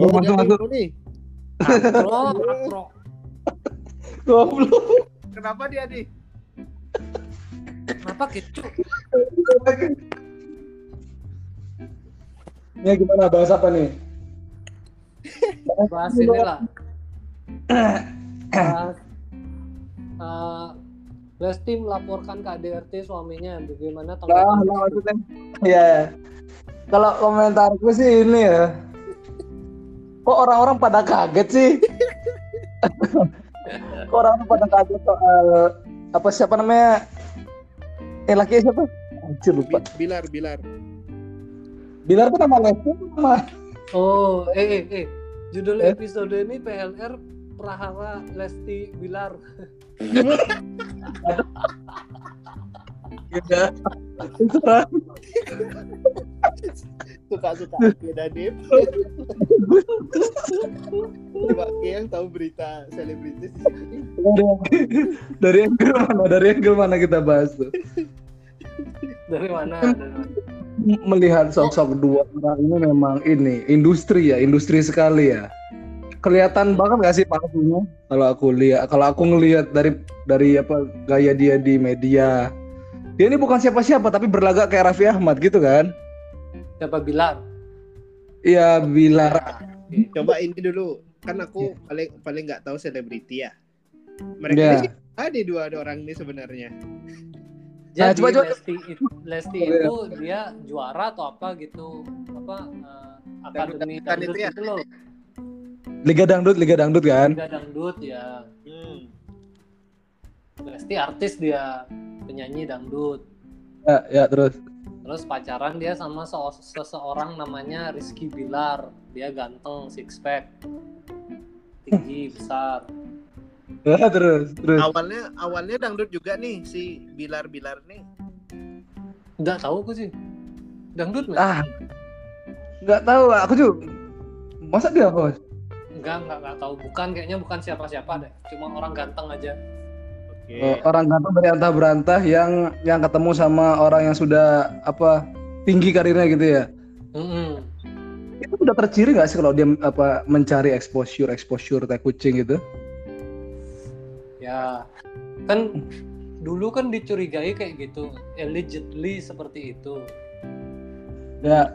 Masuk. nih. Akro. 20. Kenapa dia nih? Kenapa gitu? Ini gimana, bahas apa nih? Bahas inilah. Bahas Lesti melaporkan KDRT suaminya, bagaimana tanggapan? Nah, maksudnya. Iya. Kalau komentarku sih ini ya. Kok orang-orang pada kaget sih? Kok orang-orang pada kaget soal apa siapa namanya? Laki siapa? Anjir lupa. Bilar. Bilar tuh nama Lesti nama. Oh, judul episode ini PLR Prahara Lesti Bilar. Iya. Suka-suka beda Dip. Coba yang tahu berita selebritis di sini. Dari angle mana kita bahas tuh? Dari mana? Melihat sosok dua orang ini memang industri sekali ya. Kelihatan banget gak sih palsunya kalau aku ngelihat dari apa gaya dia di media. Dia ini bukan siapa-siapa tapi berlagak kayak Raffi Ahmad gitu kan. Siapa Bilar? Iya, Bilar. Coba ini dulu, kan aku paling nggak tahu selebriti ya. Mereka ini ada dua orang ini sebenarnya. Jadi coba. Lesti itu dia juara atau apa gitu? Akademi dangdut itu ya? gitu loh. Liga dangdut kan? Liga dangdut ya. Lesti artis dia, penyanyi dangdut. Ya terus. Terus pacaran dia sama seseorang namanya Rizky Bilar. Dia ganteng, six pack, tinggi, besar. Ya, terus. Awalnya dangdut juga nih si Bilar nih. Nggak tahu aku sih. Dangdut nggak? Nggak tahu. Aku juga. Masa dia bos? Nggak tahu. Kayaknya bukan siapa-siapa deh. Cuma orang ganteng aja. Orang ganteng dari antah berantah yang ketemu sama orang yang sudah tinggi karirnya gitu ya. Itu udah terciri nggak sih kalau dia mencari exposure tai kucing gitu? Ya kan dulu kan dicurigai kayak gitu, allegedly seperti itu. Ya.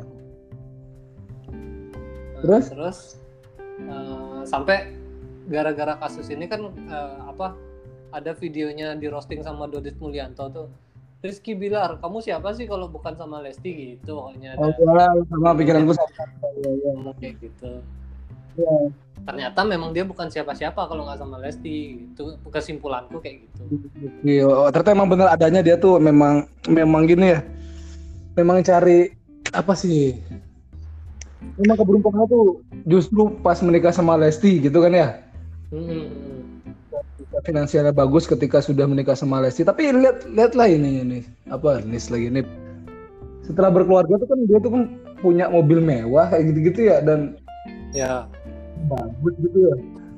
Terus sampai gara-gara kasus ini kan ada videonya di roasting sama Dodit Mulyanto tuh. Rizky Bilar, kamu siapa sih kalau bukan sama Lesti gitu pokoknya. Sama pikiranku kayak gitu. Ya. Ternyata memang dia bukan siapa-siapa kalau nggak sama Lesti. Itu kesimpulanku kayak gitu. Iya, ternyata emang benar adanya dia tuh memang gini ya. Memang cari apa sih? Memang keberuntungannya tuh justru pas menikah sama Lesti gitu kan ya. Finansialnya bagus ketika sudah menikah sama Lesti. Tapi lihatlah ini list lagi ini. Setelah berkeluarga tuh kan dia tuh kan punya mobil mewah kayak gitu-gitu ya dan ya bagus gitu ya.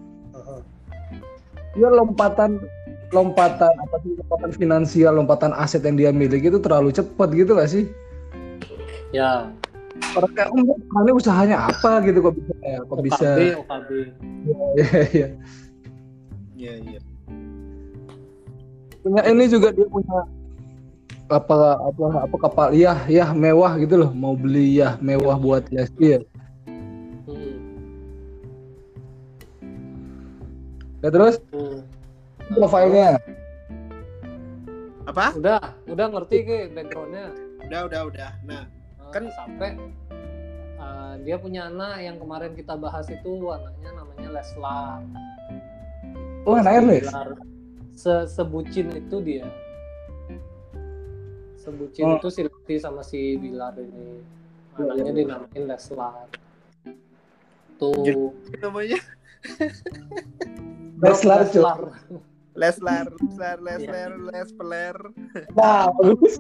Ya lompatan finansial, lompatan aset yang dia miliki itu terlalu cepat gitu nggak sih? Ya. Orang kayak ini usahanya apa gitu kok bisa? OKB. Iya. Iya. Punya ini juga dia punya apa kapal mewah gitu loh, mau beli mewah buat Lesti ya. Ya terus profilnya apa? Udah ngerti ke backgroundnya. Udah. Nah, kan sampai dia punya anak yang kemarin kita bahas itu anaknya namanya Leslar. Oh, anaknya Sebucin itu dia. Sebucin itu si Lesti sama si Bilar ini. Anaknya dinamain Leslar. Tuh namanya Leslar. Lespeler. Nah, bagus.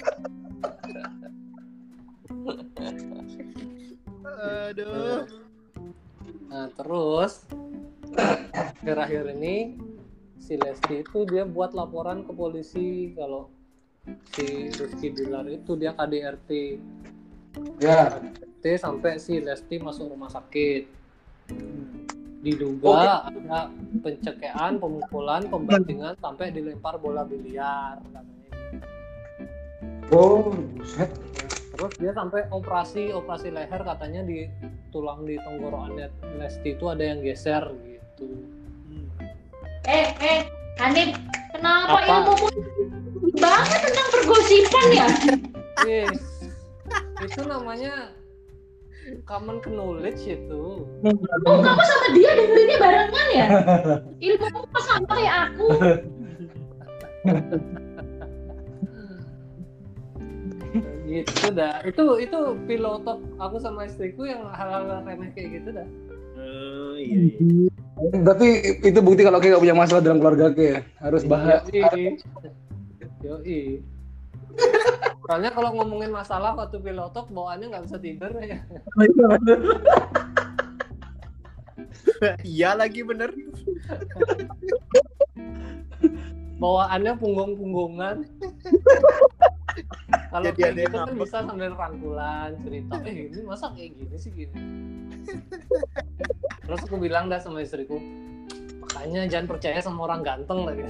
Aduh. Nah, terus akhir-akhir ini si Lesti itu dia buat laporan ke polisi kalau si Rizky Bilar itu dia KDRT. Ya. KDRT sampai si Lesti masuk rumah sakit. Diduga ada pencekean, pemukulan, pembantingan sampai dilempar bola biliar katanya. Oh, buset. Terus dia sampai operasi leher katanya di tulang di tenggorokan Lesti itu ada yang geser gitu. Hanif, kenapa Apa? ilmumu banget tentang pergosipan ya? Yes. Itu namanya common knowledge itu. Oh, kamu sama dia dengerinnya barengan ya? Ilmumu kok sama kayak aku? Gitu dah. Itu pilotok aku sama istriku yang hal-hal remeh kayak gitu dah. Iya. Tapi itu bukti kalau kayak gak punya masalah dalam keluarga kayak harus bahas. Yoi. Soalnya kalau ngomongin masalah waktu pilotok bawaannya nggak bisa tidur ya. Iya lagi bener. Bawaannya punggung-punggungan. Kalau Jadi kayak ada gitu yang kan ngambek. bisa sambil rangkulan cerita. Ini masa kayak gini sih gini. Terus aku bilang dah sama istriku, makanya jangan percaya sama orang ganteng lagi.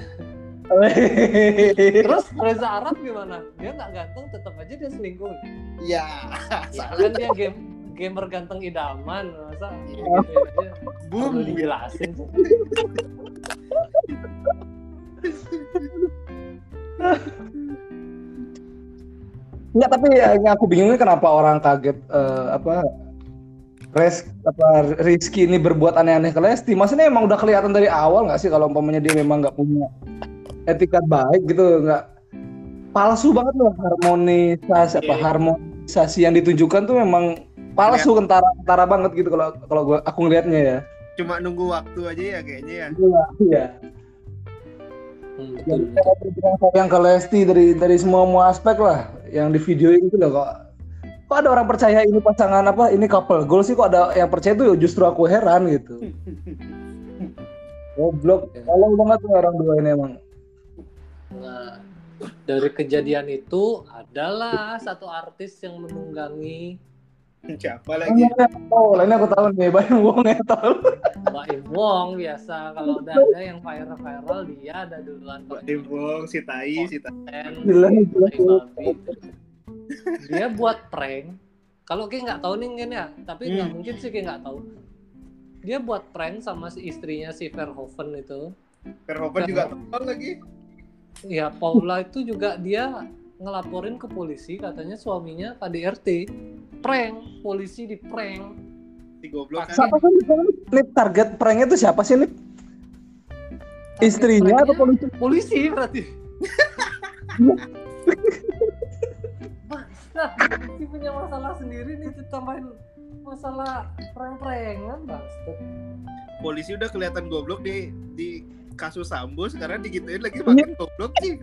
Terus Reza Arab gimana? Dia nggak ganteng, tetap aja dia selingkuh. Iya. Ya kan dia gamer ganteng idaman, masa gitu aja. Boom. Perlu dijelasin. Enggak, tapi yang aku bingungnya kenapa orang kaget Rizky ini berbuat aneh-aneh ke Lesti. Maksudnya emang udah kelihatan dari awal nggak sih kalau umpamanya dia memang nggak punya etika baik gitu, nggak palsu banget loh harmonisasi yang ditunjukkan tuh memang palsu, kentara banget gitu kalau aku ngelihatnya ya. Cuma nunggu waktu aja ya kayaknya ya. Iya. Betul. Yang ke Lesti dari semua aspek lah yang di video itu loh, kok ada orang percaya ini pasangan ini couple goal sih, kok ada yang percaya itu, justru aku heran gitu. Goblok, tolong banget tuh orang dua ini emang. Nah, dari kejadian itu adalah satu artis yang menunggangi Siapa lagi? Oh, lainnya aku tahu nih, Bayu Wong ya tahu. Mbak Im Wong. Biasa kalau udah ada yang viral dia ada duluan. Mbak Timbong, si Tai. Jelas. Dia buat prank. Kalau kayak nggak tahu nih Ngen ya, tapi nggak mungkin sih kayak nggak tahu. Dia buat prank sama si istrinya si Verhoeven itu. Verhoeven juga nonton lagi. Ya Paula itu juga dia ngelaporin ke polisi, katanya suaminya KDRT. Prank, polisi di prank. Si goblok kan. Siapa sih nih target pranknya tuh siapa sih nih? Istrinya atau polisi? Polisi berarti. Nah, polisi punya masalah sendiri nih, ditambahin masalah prank-prankan, bastard. Polisi udah kelihatan goblok di kasus Sambo, sekarang digituin lagi makin goblok sih.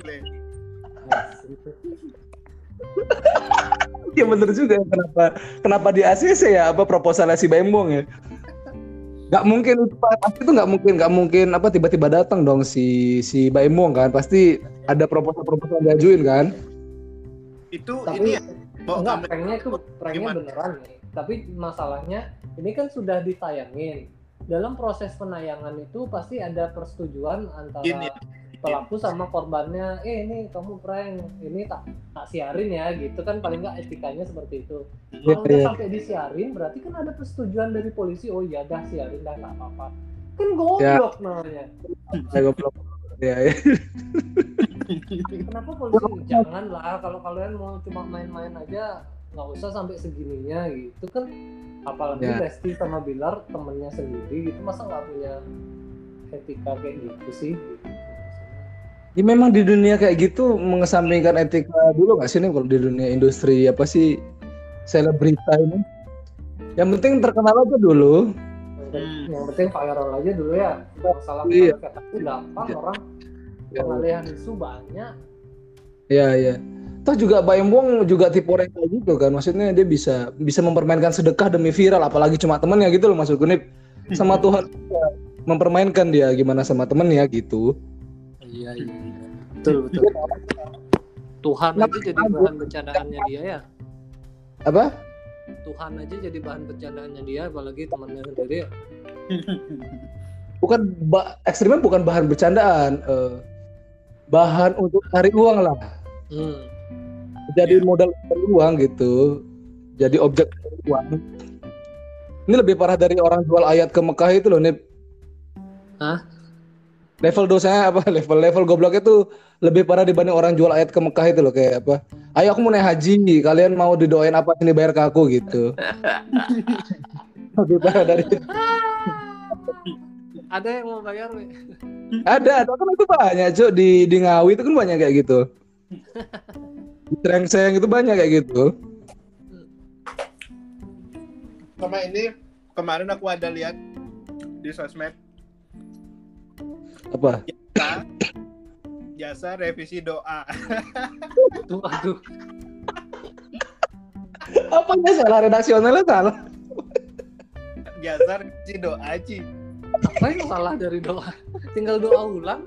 Ya bener juga, kenapa di ACC ya proposalnya si Bembong ya? Nggak mungkin pasti itu nggak mungkin tiba-tiba datang dong si Bembong kan, pasti ada proposal diajuin kan? Itu Tapi ini ya. enggak, pranknya Gimana? beneran nih. Tapi masalahnya ini kan sudah ditayangin. Dalam proses penayangan itu pasti ada persetujuan antara Gini ya. pelaku sama korbannya. Ini kamu prank, ini tak siarin ya, gitu kan, paling nggak etikanya seperti itu. Kalau udah sampai disiarin, berarti kan ada persetujuan dari polisi. Oh iya dah, siarin dah, nggak apa-apa. Kan goblok namanya. Goblok. Ya. Kenapa polisi? Janganlah, kalau kalian mau cuma main-main aja, nggak usah sampai segininya gitu kan. Apalagi Lesti sama Bilar temennya sendiri gitu, masa nggak punya etika kayak gitu sih? Ya memang di dunia kayak gitu mengesampingkan etika dulu nggak sih nih, kalau di dunia industri selebrita ini? Yang penting terkenal aja dulu. Yang penting viral aja dulu ya. Masalah Iya. tapi gampang orang pengalihan isu banyak. Iya. Toh juga Bembong juga tipe orang kayak gitu kan, maksudnya dia bisa mempermainkan sedekah demi viral, apalagi cuma temennya gitu loh, maksudku nih sama Tuhan mempermainkan dia gimana sama temennya gitu. Iya. Betul. Tuhan aja jadi bahan bercandaannya dia ya. Apa? Tuhan aja jadi bahan bercandaannya dia, apalagi temannya sendiri. Bukan ekstrimnya bukan bahan bercandaan, bahan untuk cari uang lah. Jadi modal cari uang gitu, jadi objek cari uang. Ini lebih parah dari orang jual ayat ke Mekah itu loh, Nip. Hah? Level dosanya apa? Level gobloknya tuh lebih parah dibanding orang jual ayat ke Mekah itu loh, kayak apa? Ayo aku mau naik haji, kalian mau didoain apa sini bayar ke aku gitu. Lebih parah dari itu. Ada yang mau bayar? Ada kan itu banyak, Cuk, di Ngawi itu kan banyak kayak gitu. Di Trengseng itu banyak kayak gitu. Sama ini kemarin aku ada lihat di sosmed Apa? jasa revisi doa. Aduh. Apanya salah, redaksionalnya salah. Jasa revisi doa, Ci. Apa yang salah dari doa? Tinggal doa ulang.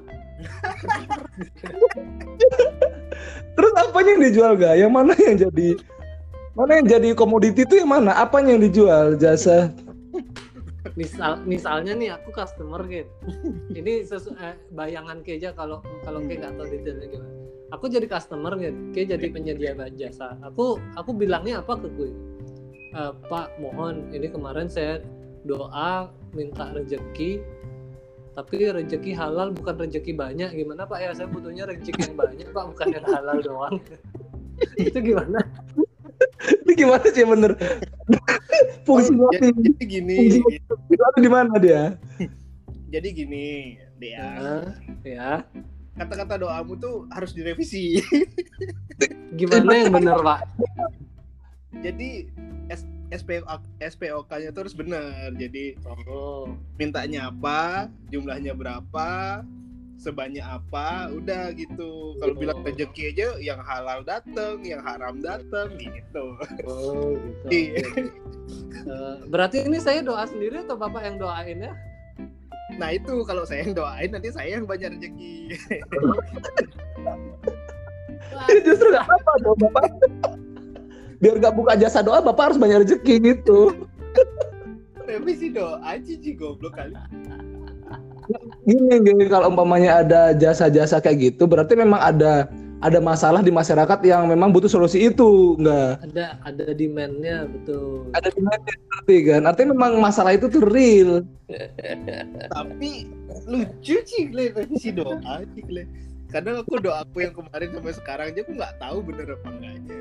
Terus apanya yang dijual gak? Yang mana yang jadi komoditi itu yang mana? Apanya yang dijual? Jasa. Misalnya nih aku customer gitu. Ini bayangan Keja kalau Ke nggak tahu detailnya gimana. Aku jadi customer gitu. Ke jadi penyedia jasa. Aku bilangnya apa ke gue? Pak, mohon ini kemarin saya doa minta rezeki, tapi rezeki halal bukan rezeki banyak. Gimana Pak ya, saya butuhnya rezeki yang banyak Pak, bukan yang halal doang. Itu gimana? Ini gimana sih bener? Fungsinya Jadi gini. itu ada di mana dia? Jadi gini, Dea. Ya. Kata-kata doamu tuh harus direvisi. Gimana yang benar Pak? Jadi SPOK-nya tuh harus benar. Jadi mintanya apa, jumlahnya berapa, sebanyak apa, udah gitu. Kalau bilang rezeki aja yang halal datang, yang haram datang gitu. Oh, gitu. Berarti ini saya doa sendiri atau Bapak yang doain ya? Nah itu kalau saya yang doain nanti saya yang banyak rezeki. Justru nggak apa dong Bapak. Biar nggak buka jasa doa, Bapak harus banyak rezeki gitu. Revisi doa cici goblok kali. Gini, kalau umpamanya ada jasa-jasa kayak gitu, berarti memang ada masalah di masyarakat yang memang butuh solusi itu, enggak? Ada demand-nya, betul. Ada demand-nya, berarti kan? Artinya memang masalah itu tuh real. Tapi lucu sih revisi doa sih. Kadang aku doaku yang kemarin sampai sekarang aja aku nggak tahu bener apa enggaknya.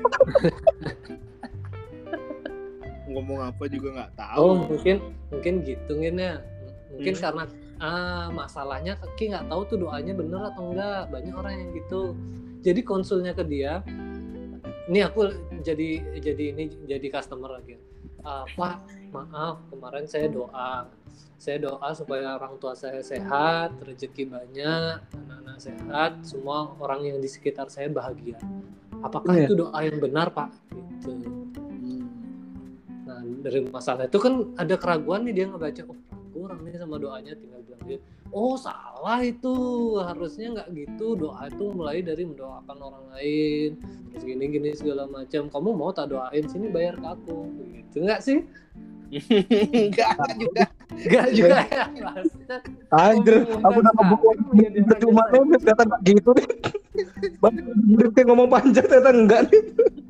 Ngomong apa juga nggak tahu. Oh mungkin gitu ya. Mungkin karena masalahnya Ki nggak tahu tuh doanya bener atau enggak. Banyak orang yang gitu. Jadi konsulnya ke dia. Ini aku jadi customer lagi. Pak, maaf kemarin saya doa supaya orang tua saya sehat, rezeki banyak, anak-anak sehat, semua orang yang di sekitar saya bahagia. Apakah itu doa yang benar Pak? Gitu. Nah dari masalah itu kan ada keraguan nih, dia ngebaca, kurang nih sama doanya, tinggal bilang dia, salah itu, harusnya nggak gitu, doa itu mulai dari mendoakan orang lain, terus gini segala macam. Kamu mau tak doain, sini bayar ke aku, gitu nggak sih? Enggak juga ya. Anjir, aku udah ngebuka cuma nih ternyata nggak gitu nih. Banyak ngomong panjang ternyata enggak nih.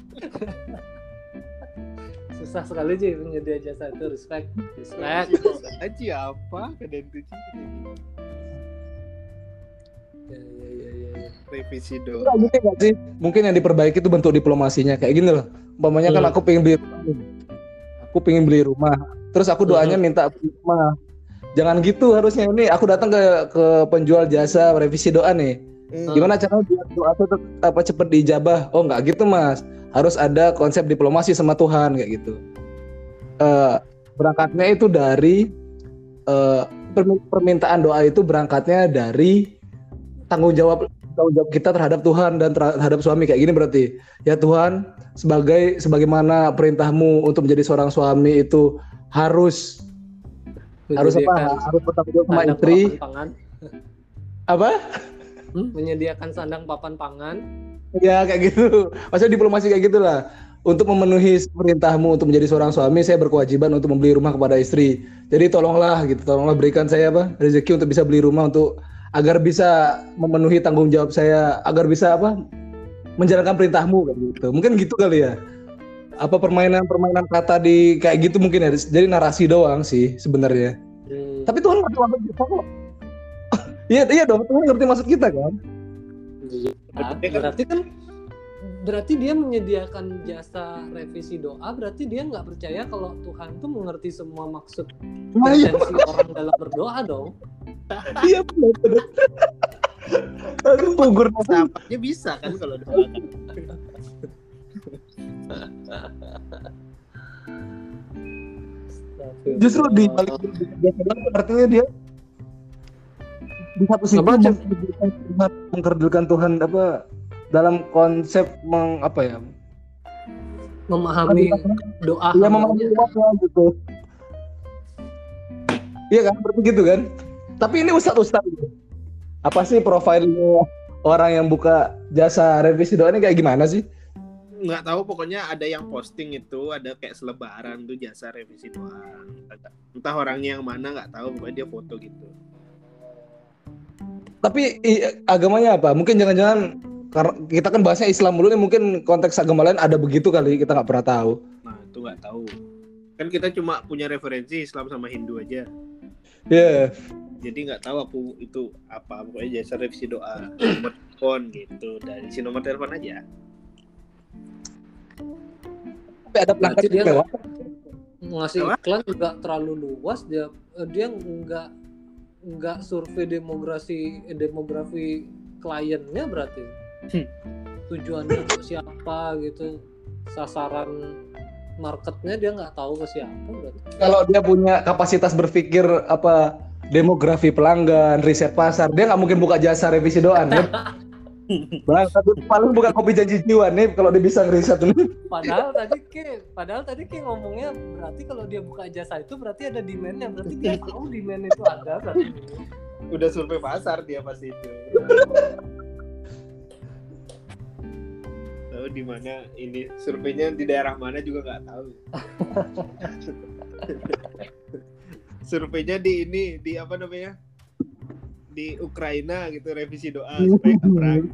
Susah sekali sih penyedia jasa itu. Respect. Aji apa kalian tuh Ya. Revisi doa. Mungkin nggak sih? Mungkin yang diperbaiki itu bentuk diplomasinya kayak gini loh. Umpamanya kan aku pengen beli rumah, terus aku doanya minta beli rumah. Jangan gitu harusnya. Ini aku datang ke penjual jasa revisi doa nih. Gimana caranya biar doa itu cepet diijabah? Oh nggak gitu Mas, harus ada konsep diplomasi sama Tuhan kayak gitu. Berangkatnya itu dari permintaan doa itu berangkatnya dari tanggung jawab kita terhadap Tuhan dan terhadap suami kayak gini. Berarti ya Tuhan, sebagaimana perintahmu untuk menjadi seorang suami itu harus bertanggung jawab sama istri. Apa? Menyediakan sandang papan pangan. Ya kayak gitu. Maksudnya diplomasi kayak gitulah. untuk memenuhi perintahmu untuk menjadi seorang suami, saya berkewajiban untuk membeli rumah kepada istri. Jadi tolonglah berikan saya rezeki untuk bisa beli rumah agar bisa memenuhi tanggung jawab saya, agar bisa menjalankan perintahmu kayak gitu. Mungkin gitu kali ya. Apa permainan kata di kayak gitu mungkin ya. Jadi narasi doang sih sebenarnya. Tapi Tuhan ngerti maksud kita kok. Iya dong, Tuhan ngerti maksud kita kan. Berarti dia menyediakan jasa revisi doa, berarti dia nggak percaya kalau Tuhan tuh mengerti semua maksud intensi orang dalam berdoa dong. Iya benar. Aduh, pugur Sampaknya bisa kan kalau doa kan. Justru di balik artinya dia di satu sisi mengkerdilkan Tuhan dalam konsep memahami doa. Iya, memahami doa gitu. Iya kan, seperti gitu kan. Tapi ini ustadz gitu. Apa sih profilnya orang yang buka jasa revisi doa ini kayak gimana sih? Nggak tahu, pokoknya ada yang posting itu, ada kayak selebaran tuh jasa revisi doa. Entah orangnya yang mana nggak tahu, pokoknya dia foto gitu. Tapi agamanya apa? Mungkin jangan-jangan karena kita kan bahasnya Islam dulu nih, mungkin konteks agama lain ada begitu kali, kita nggak pernah tahu. Nah itu nggak tahu. Kan kita cuma punya referensi Islam sama Hindu aja. Iya. Jadi nggak tahu aku itu apa, pokoknya jasa revisi doa. Nomor telepon gitu, dari si nomor telepon aja. Tapi ada pelanggan dia lewat. Ngasih iklan juga terlalu luas, dia nggak survei demografi kliennya berarti. Tujuannya untuk siapa gitu, sasaran marketnya dia nggak tahu ke siapa berarti. Kalau dia punya kapasitas berpikir demografi pelanggan, riset pasar, dia nggak mungkin buka jasa revisi doa nih. Paling buka kopi janji jiwa nih kalau dia bisa ngeriset ini. Padahal tadi ngomongnya berarti kalau dia buka jasa itu berarti ada demand-nya, berarti dia tahu demand itu ada berarti. Udah survei pasar dia pasti itu. Tahu di mana ini surveinya, di daerah mana juga nggak tahu. Surveinya di apa namanya, di Ukraina gitu, revisi doa supaya nggak perang.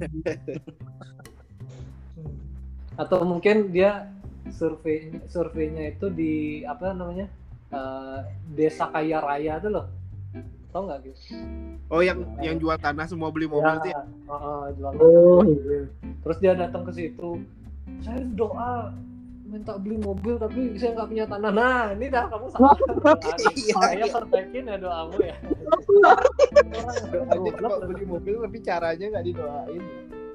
Atau mungkin dia surveinya itu di apa namanya, desa kaya raya tuh loh, tau nggak gitu? Oh yang jual tanah semua beli mobil tuh ya? Jual tanah. Terus dia datang ke situ, saya doa minta beli mobil tapi saya nggak punya tanah. Nah ini dah kamu salah. Saya perbaikin ya doamu ya. Doanya cuma beli mobil tapi caranya nggak didoain.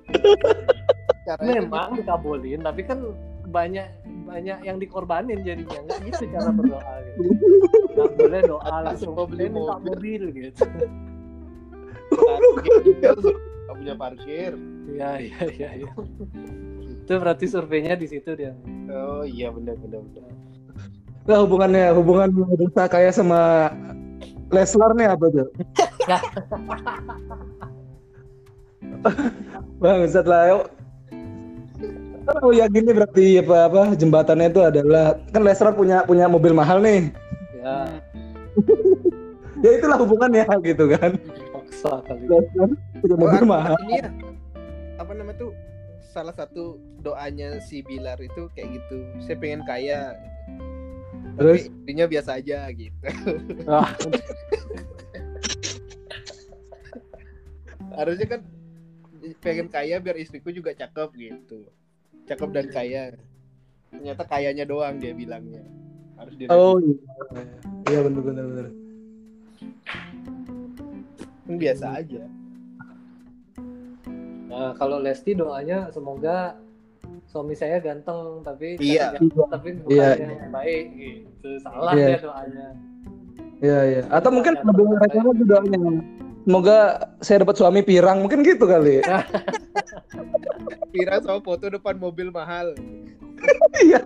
Memang dikabulin tapi kan banyak yang dikorbanin jadinya, nggak gitu cara berdoa gitu. Nggak boleh doa langsung beli mobil gitu. Nggak punya parkir. Iya. Itu berarti surveinya di situ dia. Oh iya benar. Nah, hubungan desa kaya sama Leslar nih apa tuh? Bang, setelah yuk. Kalau yakin nih berarti apa jembatannya itu adalah kan Leslar punya mobil mahal nih. Ya. Ya itulah hubungannya gitu kan. Paksa kali. Leslar punya mobil mahal. Ini ya, apa namanya tuh, salah satu doanya si Bilar itu kayak gitu, saya pengen kaya terus tapi istrinya biasa aja gitu. Harusnya kan pengen kaya biar istriku juga cakep gitu, cakep dan kaya. Ternyata kayanya doang dia bilangnya harus direvisi. Oh iya benar. Biasa aja. Nah, kalau Lesti doanya semoga suami saya ganteng tapi bukan yang baik gitu. Salah ya doanya. Iya. Atau mungkin lebih mereka doanya. Semoga saya dapat suami pirang, mungkin gitu kali. Pirang sama foto depan mobil mahal. Iya.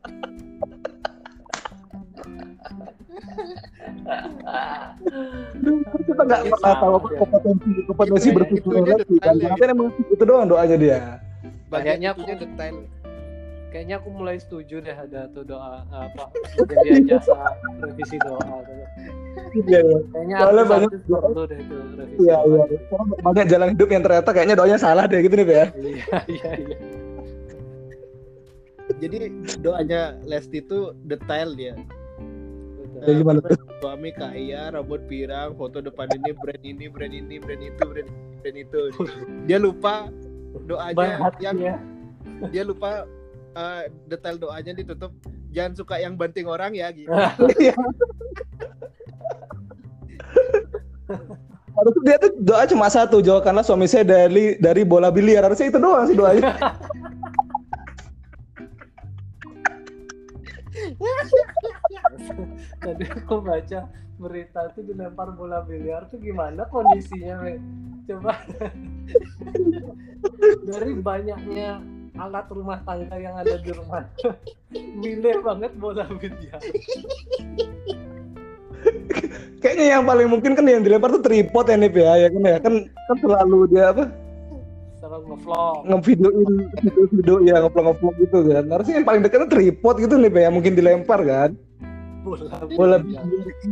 Kita nggak pernah tahu apa kompetensi berpikir lagi kan. Makanya emang itu doang doanya dia. Banyaknya punya detail. kayaknya aku mulai setuju deh ada tuh doa apa jadi jasa revisi doa tuh. Iya, iya. Kayaknya Soalnya banyak artis perlu deh itu revisi Iya, doa. iya. Karena banyak jalan hidup yang ternyata kayaknya doanya salah deh gitu nih, Pak ya. Iya. Jadi doanya Lesti itu detail dia. Betul. Ya, gimana tuh? Suami kaya, rambut pirang, foto depan ini, brand itu, brand itu. Dia lupa doanya Banget yang ya. dia lupa detail doanya ditutup jangan suka yang banting orang ya gitu. Iya. Harusnya dia tuh doa cuma satu, jauhkanlah suami saya dari bola biliar. Harusnya itu doang sih doanya. Tadi aku baca berita tuh dilempar bola biliar tuh gimana kondisinya, We? Coba dari banyaknya alat rumah tangga yang ada di rumah, milih banget bola biliar. Kayaknya yang paling mungkin kan yang dilempar tuh tripod ya Nip ya kan ya kan selalu dia apa Selalu ngevlog. ngevideoin video ya ngevlog gitu kan. Harusnya yang paling dekat tuh tripod gitu Nip ya mungkin dilempar kan. Bola biliar.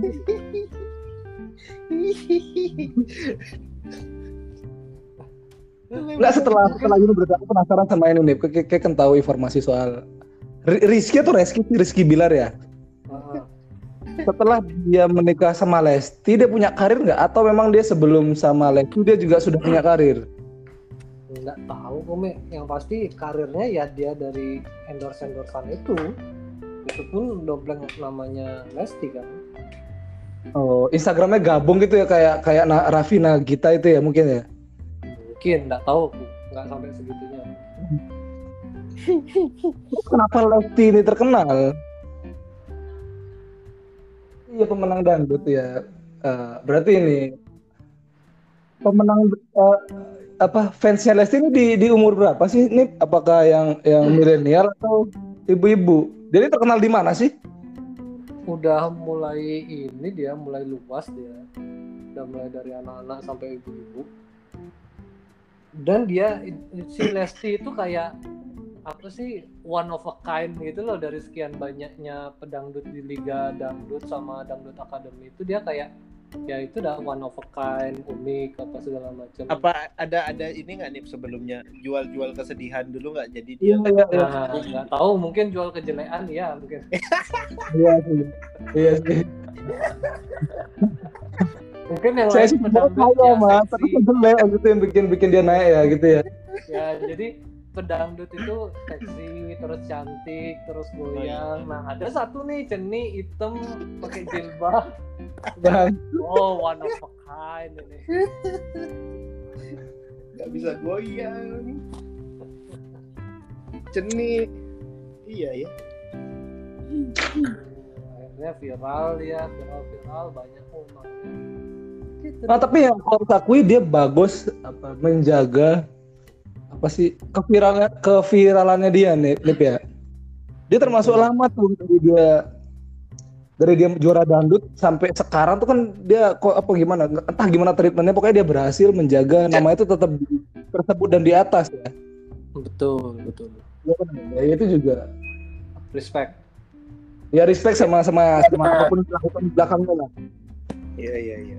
Enggak setelah ini berarti aku penasaran sama ini Nip. Kayak kan tahu informasi soal Rizky Bilar ya. Heeh. Setelah dia menikah sama Lesti, dia punya karir nggak? Atau memang dia sebelum sama Lesti dia juga sudah punya karir? Nggak tahu kok, yang pasti karirnya ya dia dari endorse-endorsean itu pun dompleng namanya Lesti kan. Oh, Instagramnya gabung gitu ya kayak Raffi Nagita itu ya mungkin ya? Mungkin, nggak tahu, nggak sampai segitunya. Kenapa Lesti ini terkenal? Iya pemenang dangdut ya. Berarti ini pemenang fansnya Lesti ini di umur berapa sih? Ini apakah yang milenial atau ibu-ibu? Jadi terkenal di mana sih? Udah mulai luas dia. Udah mulai dari anak-anak sampai ibu-ibu. Dan dia si Lesti itu kayak apa sih, one of a kind gitu loh, dari sekian banyaknya pedangdut di Liga Dangdut sama Dangdut Academy itu dia kayak ya itu dah one of a kind, unik apa segala macam. Apa ada ini nggak nih sebelumnya jual kesedihan dulu nggak jadi dia? Nah, nggak tahu, mungkin jual kejelekan ya mungkin. Iya sih. Mungkin yang Saya lain sih pedangdut tahu ya mas, tapi seksi. jelek gitu yang bikin dia naik ya gitu ya. Ya jadi pedangdut itu seksi, terus cantik, terus goyang. Nah ada satu nih Ceni hitam pakai jilbab. Bang, Oh, one of a kind ini. Nggak bisa goyang. Ceni. Iya ya. Akhirnya viral banyak umatnya. Gitu. nah tapi yang aku harus akui dia bagus menjaga apa sih keviralannya dia Nip ya. Dia termasuk lama tuh dari dia juara dangdut sampai sekarang tuh kan dia gimana entah gimana treatmentnya, pokoknya dia berhasil menjaga nama itu tetap tersebut dan di atas ya. Betul. Ya itu juga Respect. ya respect sama apapun yang dilakukan di belakangnya lah. Iya.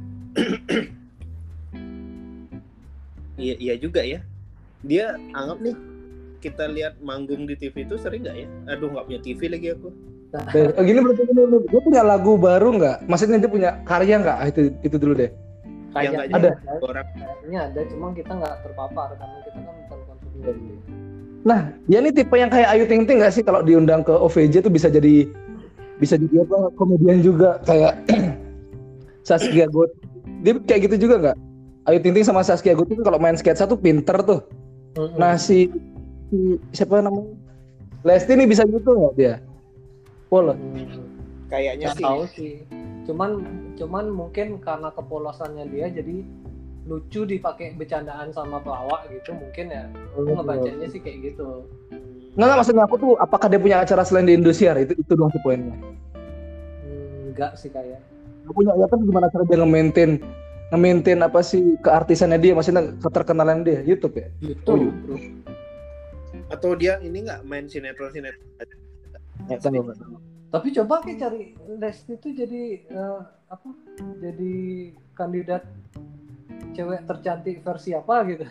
Iya juga ya. Dia anggap nih kita lihat manggung di TV itu sering nggak ya? Aduh nggak punya TV lagi aku. Gini berarti dia punya lagu baru nggak? Maksudnya dia punya karya nggak? Itu dulu deh. Yang Kayaknya ada. Orang Kayaknya ada, cuma kita nggak terpapar karena kita kan bukan konsumen. Nah, dia ini tipe yang kayak Ayu Ting Ting nggak sih, kalau diundang ke OVJ tuh bisa jadi apa komedian juga kayak Zaskia Gotik. Dia kayak gitu juga nggak? Ayu Ting Ting sama Zaskia Gotik tuh kalau main sketsa tuh pinter tuh. Nah si siapa namanya Lesti ini bisa gitu nggak dia? Polos. kayaknya Nggak sih. tahu sih. Cuman mungkin karena kepolosannya dia jadi lucu dipakai bercandaan sama pelawak gitu mungkin ya. Aku ngebacanya sih kayak gitu. Nggak maksudnya aku tuh apakah dia punya acara selain di Indosiar? Itu doang sih poinnya. Enggak sih kayak. Nggak punya, ya kan gimana cara dia nge-maintain apa sih keartisannya dia, maksudnya keterkenalan dia YouTube ya? YouTube, bro. Atau dia ini nggak main sinetron? Nggak tahu. Tapi coba kayak cari Lesti itu jadi jadi kandidat cewek tercantik versi apa gitu.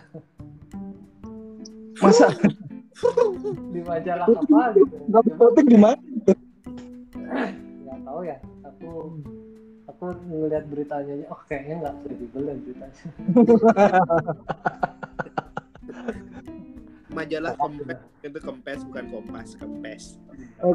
Masa Di majalah apa gitu. nggak politik di mana? Nggak tahu ya. Aku ngeliat beritanya aja, kayaknya nggak kredibel ya beritanya. Majalah Kempes itu Kempes bukan Kompas, Kempes. Oh,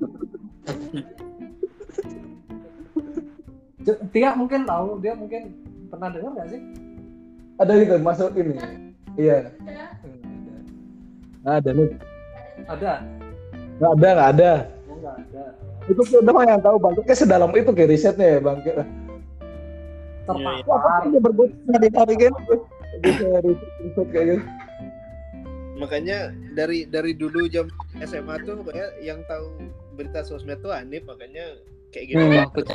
Tia mungkin tahu, dia mungkin pernah dengar nggak sih? ada gitu masuk ini. Iya. Nggak ada nih. Ada? Nggak ada. Oh, nggak ada. Itu udah mah yang tahu Bang. Kayak sedalam itu kayak risetnya ya Bang. Terpapar. Dia berguna ditarik kan. Bisa riset kayak gitu. Makanya dari dulu jam SMA tuh kayak yang tahu berita sosmed tuh Hanif, makanya kayak gitu.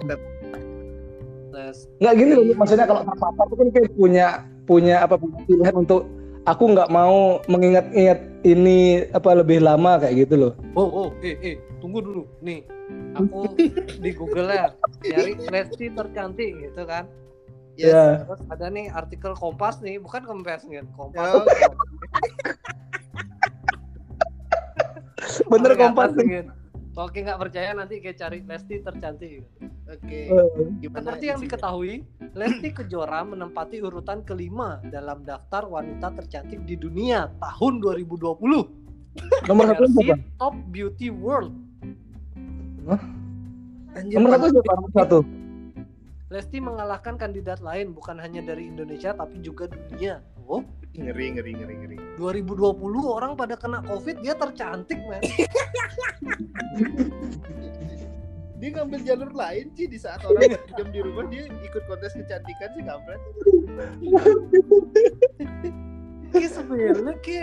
Nggak gini loh, maksudnya kalau terpapar itu kan kayak punya pilihan untuk aku nggak mau mengingat-ingat ini lebih lama kayak gitu loh. Tunggu dulu. Nih, aku di Google ya nyari Lesti tercantik gitu kan. Yes. Ya. Terus ada nih artikel Kompas nih, bukan Kempes nih, Kompas. Oh. Bener Paling Kompas atas, nih. gitu. Oke, nggak percaya nanti kayak cari Lesti tercantik. Oke. Gimana? Seperti yang diketahui, Lesti Kejora menempati urutan kelima dalam daftar wanita tercantik di dunia tahun 2020. Nomor satu Versi siapa? Top Beauty World. Anjir, Nomor satu siapa? Nomor satu. Lesti mengalahkan kandidat lain bukan hanya dari Indonesia tapi juga dunia. Oh, ngeri. 2020 orang pada kena COVID, dia tercantik, man. Dia ngambil jalur lain sih, di saat orang diam di rumah dia ikut kontes kecantikan sih, kampret. Ki sebenarnya Ki.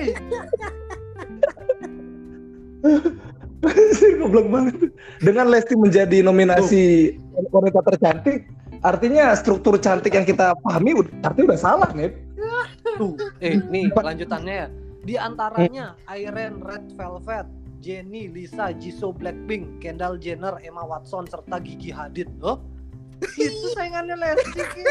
Goblok banget. Dengan Lesti menjadi nominasi wanita tercantik, artinya struktur cantik yang kita pahami artinya udah salah nih. Tuh, nih lanjutannya ya. Di antaranya Irene Red Velvet, Jennie, Lisa, Jisoo Blackpink, Kendall Jenner, Emma Watson serta Gigi Hadid. Oh, itu saingannya Lesti Ki.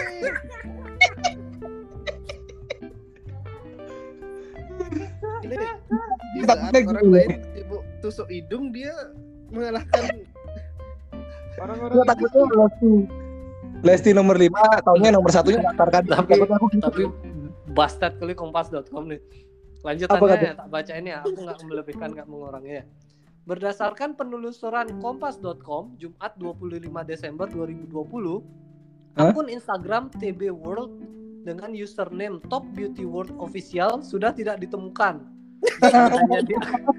Ini di saat orang lain sibuk tusuk hidung, dia mengalahkan orang-orang. Takutnya Lesti nomor 5, tahunnya nomor 1-nya daftarkan. Tapi bastard kali kompas.com nih. Lanjutannya ya, tak bacain ya, aku nggak melebihkan, nggak mengurangi ya. Berdasarkan penelusuran kompas.com Jumat 25 Desember 2020, akun Instagram TB World dengan username Top Beauty World Official sudah tidak ditemukan. Hanya dia.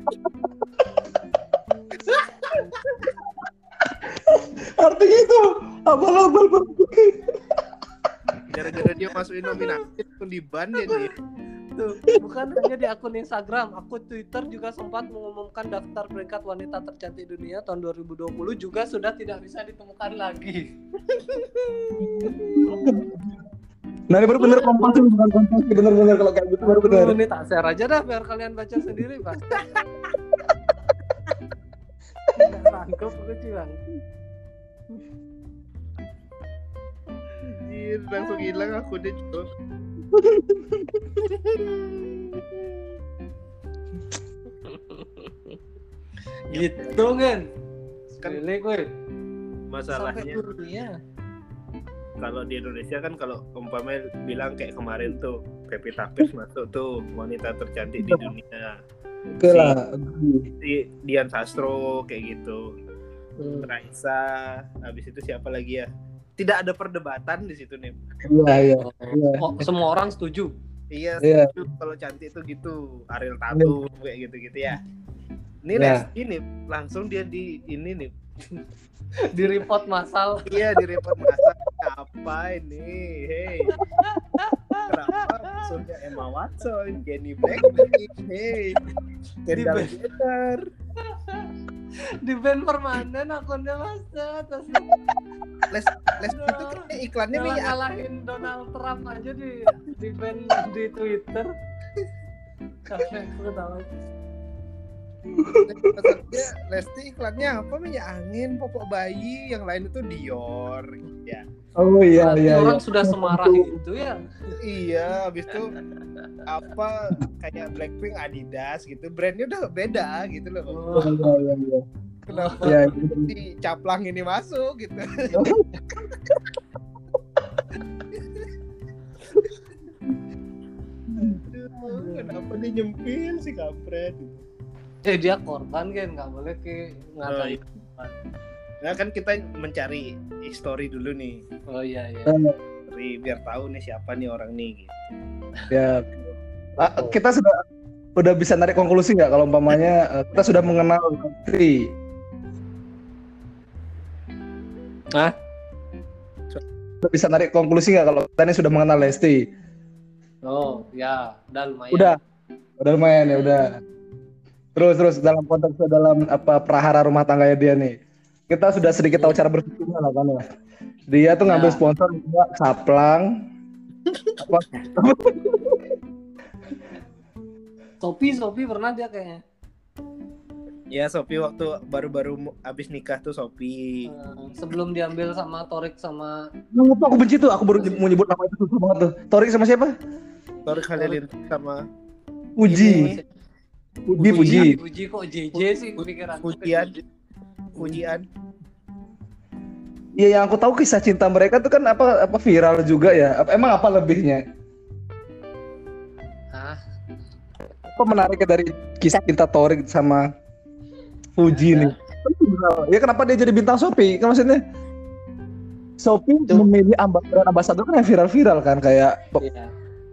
Artinya itu abal-abal. Gara-gara dia masukin nominasi pun di-ban dia nih. Tuh, bukan hanya di akun Instagram, akun Twitter juga sempat mengumumkan daftar peringkat wanita tercantik dunia tahun 2020 juga sudah tidak bisa ditemukan lagi. Nah ini baru bener Kompas, bukan Kompas, bener-bener kalau kayak gitu baru bener. Ini tak share aja dah biar kalian baca sendiri, Pak. Nggak sanggup gue cuman. Anjir, langsung hilang akunnya juga. Gitu kan. Sekali gue. Masalahnya dunia. kalau di Indonesia kan, kalau umpamanya bilang kayak kemarin tuh Pevita Pierce masuk tuh wanita tercantik di dunia. Oke lah. Si Dian Sastro kayak gitu. Raisa, habis itu siapa lagi ya? Tidak ada perdebatan di situ nih. Iya. Oh, semua orang setuju. Iya, Iya. setuju kalau cantik itu gitu. Ariel Tatum kayak gitu-gitu ya. Ini Ya. Lesti nih, langsung dia di ini nih. Di report massal. Iya, di report masa apa ini? Hey. Kenapa maksudnya Emma Watson, Jennie Blackpink, hey. Kendall Jenner. Di band permanen akunnya masa terus Lesti itu kayaknya iklannya nih ngalahin Donald Trump aja di band di Twitter. Kafe gue tahu. Dia Lesti iklannya apa, minyak angin, popok bayi, yang lain itu Dior ya. Oh iya Berarti iya. orang Iya. sudah semarah itu ya. Iya, habis itu apa kayak Blackpink, Adidas gitu, brandnya udah beda gitu loh. Oh, Iya iya iya. Kenapa Iya. si caplang ini masuk gitu? Aduh, kenapa dia nyempil si kampret? dia korban kan, nggak boleh ke ngatain. Nah kan kita mencari history dulu nih, Oh iya iya. biar tahu nih siapa nih orang nih. Gitu. Ya. Kita udah bisa narik konklusi nggak kalau umpamanya kita sudah mengenal Lesti? Hah? Udah bisa narik konklusi nggak kalau kita ini sudah mengenal Lesti? Oh ya, udah lumayan. Udah lumayan ya udah. Terus dalam konteks dalam apa prahara rumah tangganya dia nih, kita sudah sedikit tahu cara berpikirnya lah kan ya. Dia tuh ngambil Ya. sponsor juga Saplang. Apa? Sophie pernah dia kayaknya. Ya Sophie waktu baru-baru abis nikah tuh Sophie. Sebelum diambil sama Torik sama Aku benci tuh, aku baru mau nyebut nama itu susah banget tuh. Torik sama siapa? Torik Halilintar sama Puji. Puji. kok JJ sih pikiran. Pujian. Iya, yang aku tahu kisah cinta mereka tuh kan apa viral juga ya. Emang apa lebihnya? Hah? Apa menariknya dari kisah cinta Torik sama Puji nih? Ya kenapa dia jadi bintang Shopee? Kan maksudnya Shopee memilih ambasador kan yang viral-viral kan kayak Iya.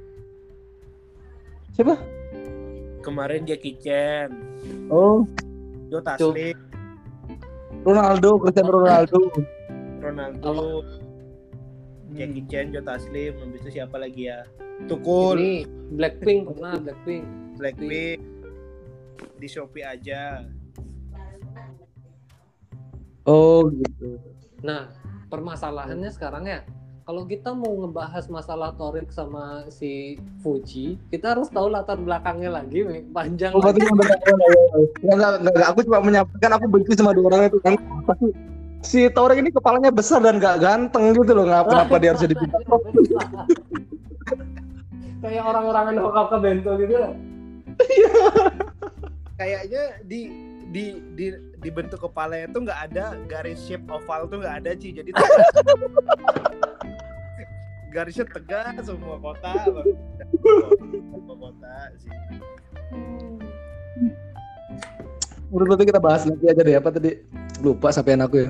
siapa? Kemarin Jackie Chan, Oh, Joe Taslim, Cristiano Ronaldo. Ronaldo, Jackie Chan, Joe Taslim, habis itu siapa lagi ya? Tukul, Ini Blackpink pernah Blackpink, di Shopee aja. Oh, gitu. Nah, permasalahannya sekarang ya, kalau kita mau ngebahas masalah Torik sama si Fuji, kita harus tahu latar belakangnya lagi, panjang Oh, lagi. enggak, aku cuma menyampaikan aku benci sama dua orang itu kan. Pasti si Torik ini kepalanya besar dan gak ganteng gitu loh. Kenapa dia harus jadi bintang? Kayak orang-orang yang hokap ke bento gitu. Kayaknya di bentuk kepalanya tuh nggak ada garis shape oval tuh nggak ada Ci, jadi garisnya tegak semua kota sih. Menurut kita bahas lagi aja deh, apa tadi lupa sampean aku ya.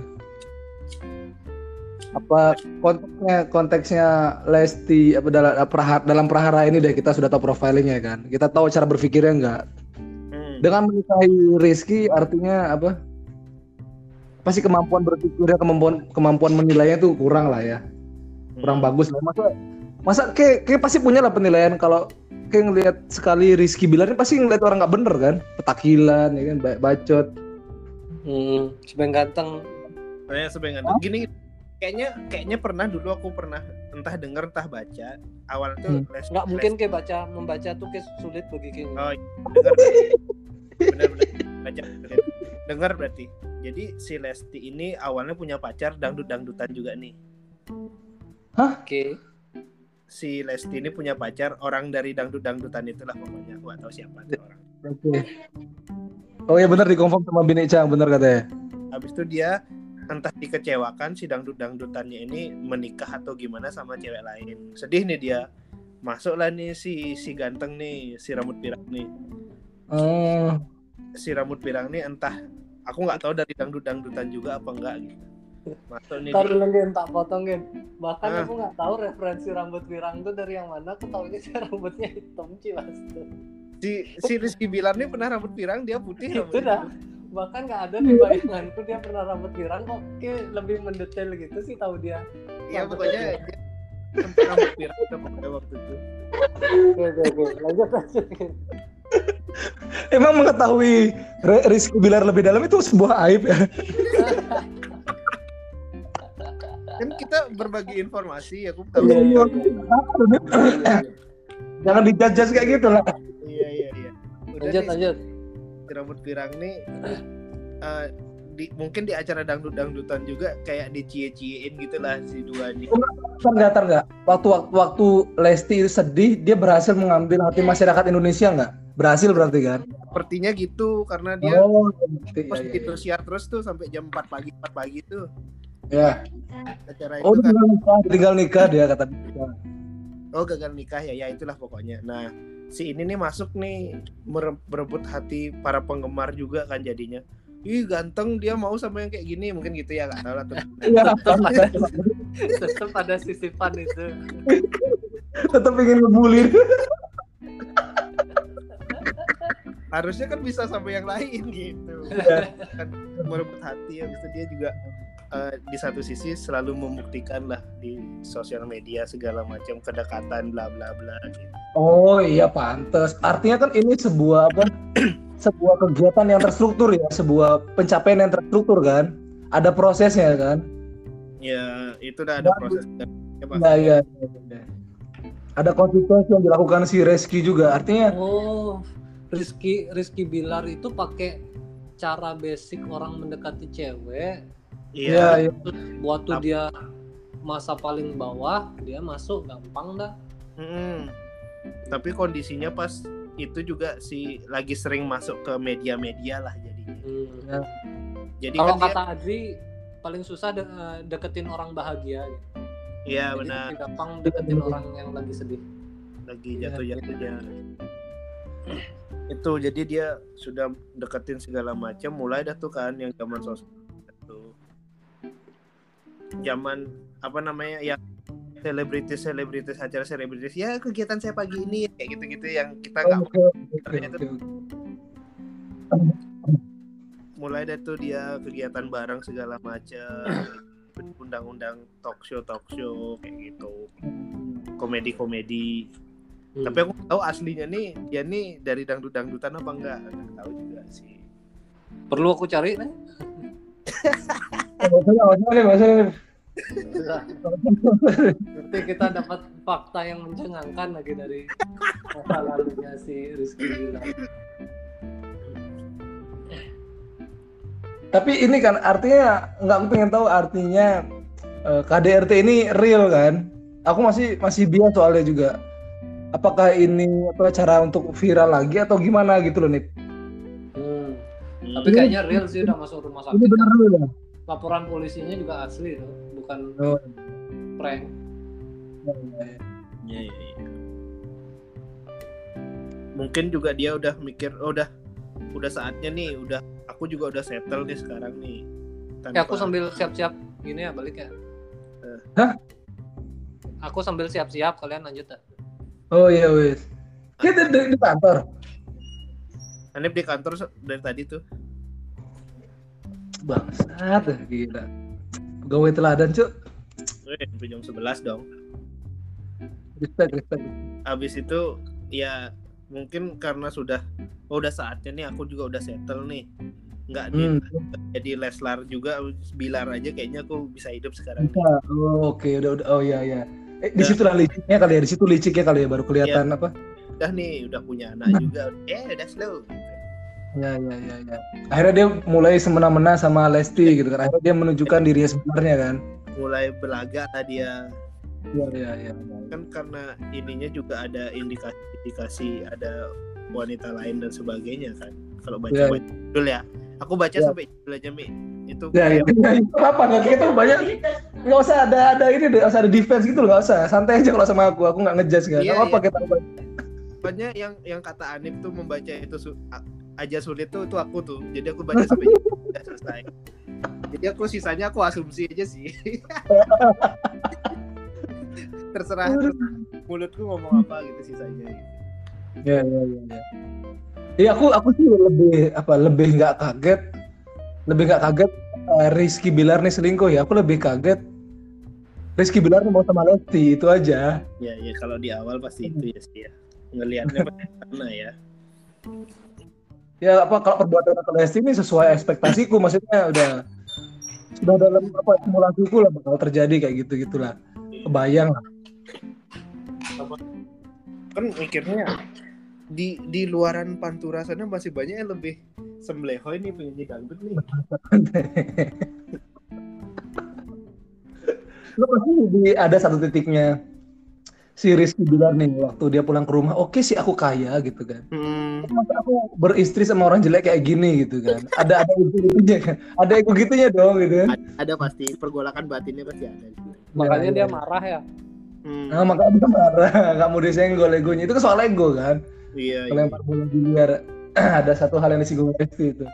Apa konteksnya Lesti apa dalam prahara ini deh, kita sudah tahu profilingnya kan. Kita tahu cara berpikirnya enggak. Dengan menikahi Rizky artinya apa? Pasti kemampuan berpikirnya, kemampuan menilainya tuh kurang lah ya. Kurang bagus lah. Masa kayak pasti punya lah penilaian kalau kayak ngelihat sekali Rizky Bilar ini pasti ngelihat orang nggak bener kan, petakilan ya kan, bacot. Sebenarnya ganteng. Sebenarnya gini, kayaknya pernah dulu aku pernah entah dengar entah baca awal tuh nggak mungkin kayak membaca tuh kayak sulit bagi King. Oh, benar baca dengar berarti. Jadi si Lesti ini awalnya punya pacar dangdutan juga nih. Hah? Oke. Si Lesti ini punya pacar orang dari dangdutan itulah pokoknya. Aku gak tahu siapa tuh orang. Oke. Oh ya benar, dikonfirm sama Bini Cang, benar katanya. Habis itu dia entah dikecewakan si dangdutannya ini menikah atau gimana sama cewek lain. Sedih nih dia. Masuklah nih si ganteng nih, si rambut pirang nih. Si rambut pirang nih entah aku nggak tahu dari dangdutan juga apa enggak gitu. Masuk nih. Ntar dulu Gen, tak potong Gen. Bahkan aku nggak tahu referensi rambut pirang tuh dari yang mana. Aku tahunya sih rambutnya hitam cilas tuh. Si Rizky Bilar nih pernah rambut pirang, dia putih itu dah. Bahkan nggak ada di bayanganku dia pernah rambut pirang, kok kayak lebih mendetail gitu sih tahu dia. Iya pokoknya dia sempat rambut pirang pada waktu itu. Oke. Lanjut. Emang mengetahui Rizky Bilar lebih dalam itu sebuah aib ya? Kan kita berbagi informasi, aku tahu. Jangan dijudge kayak gitu lah. Iya. Udah Lanjut. rambut pirang nih mungkin di acara dangdutan juga kayak dicie-ciein gitu lah si dua nih. Enggak. Waktu Lesti sedih, dia berhasil mengambil hati masyarakat Indonesia nggak? Berhasil berarti kan? Sepertinya gitu karena dia terus gitu siar terus tuh sampai jam 4 pagi tuh. Ya. Acara itu kan. Tinggal nikah dia kata dia. Oh gagal nikah ya itulah pokoknya. Nah si ini nih masuk nih merebut hati para penggemar juga kan jadinya. Ih ganteng dia mau sama yang kayak gini mungkin gitu ya nggak tahu lah. Tetap ada sisipan itu. Tetap ingin ngebully. Harusnya kan bisa sama yang lain gitu. Kan merebut hati habis itu dia juga di satu sisi selalu membuktikan lah di sosial media segala macam kedekatan bla bla bla gitu. Oh iya pantes. Artinya kan ini sebuah sebuah kegiatan yang terstruktur ya, sebuah pencapaian yang terstruktur kan. Ada prosesnya kan. Ya, itu udah ada proses. Iya. Ada konsekuensi yang dilakukan si Rizky juga. Artinya Rizky Bilar itu pakai cara basic orang mendekati cewek. Iya. Waktu dia masa paling bawah, dia masuk gampang dah. Tapi kondisinya pas itu juga lagi sering masuk ke media-media lah jadinya. Jadi kalau kan kata Adri paling susah deketin orang bahagia gitu. Iya benar. Jadi gampang deketin orang yang lagi sedih. Lagi jatuh-jatuhnya. Itu jadi dia sudah deketin segala macam mulai dah tuh kan yang zaman sosial itu. Zaman apa namanya ya selebritis acara selebritis ya kegiatan saya pagi ini kayak gitu-gitu yang kita nggak mulai dah tuh dia kegiatan bareng segala macam undang-undang talk show kayak gitu komedi tapi aku tahu aslinya nih dia nih dari dangdutan apa enggak tahu juga sih perlu aku cari nih nanti kita dapat fakta yang mencengangkan lagi dari masa lalunya si Rizky Bilar. Tapi ini kan artinya aku pengen tahu artinya KDRT ini real kan? Aku masih bias soalnya juga. Apakah ini cara untuk viral lagi atau gimana gitu loh Nip? Tapi kayaknya real sih udah masuk rumah sakit. Ini benar real ya? Laporan polisinya juga asli loh, bukan prank. Iya. Mungkin juga dia udah mikir, udah saatnya nih, aku juga udah settle nih sekarang nih. Aku sambil siap-siap gini ya balik ya. Hah? Aku sambil siap-siap, kalian lanjut ya. Oh iya wes. Kita di kantor. Anip di kantor dari tadi tuh. Bangsat, gila. Pegawai teladan, Cuk. Sampai jam 11 dong. Respect. Abis itu ya mungkin karena udah saatnya nih aku juga udah settle nih. Enggak jadi Leslar juga Bilar aja kayaknya aku bisa hidup sekarang. Oke, udah. Oh iya. Di situ lah liciknya kali ya. Di situ liciknya kali ya baru kelihatan apa? Udah nih, udah punya anak juga. Udah slow. Ya. Akhirnya dia mulai semena-mena sama Lesti gitu kan. Akhirnya dia menunjukkan dirinya sebenarnya kan. Mulai belaga lah dia. Iya. Kan karena ininya juga ada indikasi ada wanita lain dan sebagainya kan. Kalau baca judul ya. Aku baca sampai judul aja Mi. Itu apa enggak kita banyak. Enggak usah ada ini deh, usah ada defense gitu loh, enggak usah. Santai aja kalau sama aku enggak ngejudge kan. Apa kita baca. Pokoknya yang kata Anip tuh membaca itu aja sulit tuh aku tuh. Jadi aku baca sampai udah selesai. Jadi aku sisanya aku asumsi aja sih. Terserah mulutku ngomong apa gitu sisanya gitu. Ya. Iya aku sih lebih nggak kaget Rizky Bilar nih selingkuh ya. Aku lebih kaget Rizky Bilar mau sama Lesti itu aja. Ya kalau di awal pasti itu ya sih ya. Ngelihatnya mana ya. Ya kalau perbuatan Lesti ini sesuai ekspektasiku, maksudnya sudah dalam simulasiku lah bakal terjadi kayak gitu-gitulah. Kebayang lah. Kan mikirnya di luaran Pantura sana masih banyak yang lebih semblehoy nih penyanyi dangdut nih. Lo pasti ada satu titiknya si Rizky bilang nih waktu dia pulang ke rumah, oke sih aku kaya gitu kan. Masa aku beristri sama orang jelek kayak gini gitu kan. Ada ego-gitunya kan. Ada ego-gitunya dong gitu kan. Ada pasti pergolakan batinnya pasti ada. Makanya Ya, dia ya. marah ya. Nah, makanya dia marah, nggak mau disenggol egonya. Itu kan soal ego kan. Iya. Lempar bola di liar. Ada satu hal yang disinggung Rizky itu.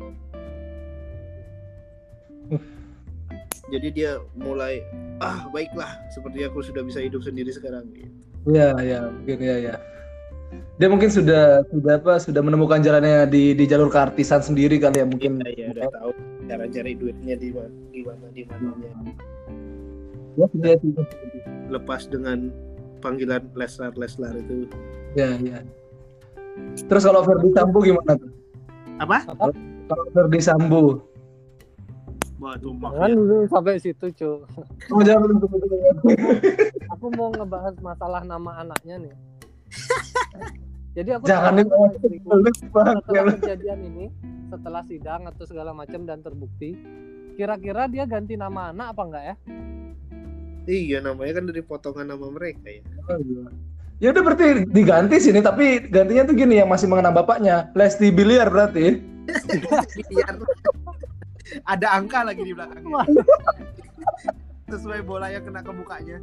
Jadi dia mulai baiklah, seperti aku sudah bisa hidup sendiri sekarang. Ya mungkin ya. Dia mungkin sudah menemukan jalannya di jalur keartisan sendiri kali ya mungkin. Iya, udah tahu cara cari duitnya di mananya. Ya, dia. Lepas dengan panggilan Leslar itu. Ya. Terus kalau Ferdi Sambo gimana tuh? Apa? Kalau Ferdi Sambo. Wah, tuh Jangan dulu sampai situ, Cuk. Oh, jangan dulu. Aku mau ngebahas masalah nama anaknya nih. Jadi aku Jangan tanya sama istriku, setelah dibahas. kejadian ini, setelah sidang atau segala macam dan terbukti, kira-kira dia ganti nama anak apa enggak ya? Iya, namanya kan dari potongan nama mereka ya. Ya udah berarti diganti sini, tapi gantinya tuh gini yang masih mengenang bapaknya, Lesti Biliar berarti. Biar ada angka lagi di belakangnya. Sesuai bola yang kena ke mukanya.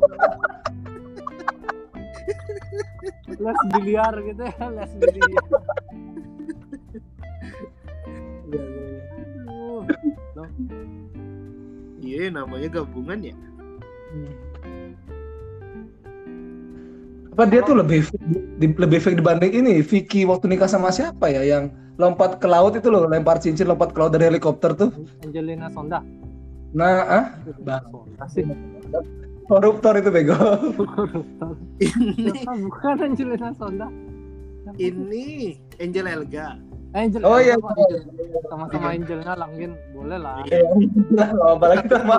Les biliar gitu ya, les biliar. Aduh. Iya, namanya gabungan ya. Apa dia tuh lebih fake dibanding ini Vicky waktu nikah sama siapa ya yang lompat ke laut itu loh, lempar cincin lompat ke laut dari helikopter tuh. Angelina Sonda. Nah, Sonda sih. koruptor itu bego. Ini Bukan Angelina Sonda. ini Angel Elga. Angel. Oh iya. Sama-sama Angelnya Langgin, boleh lah. Apalagi sama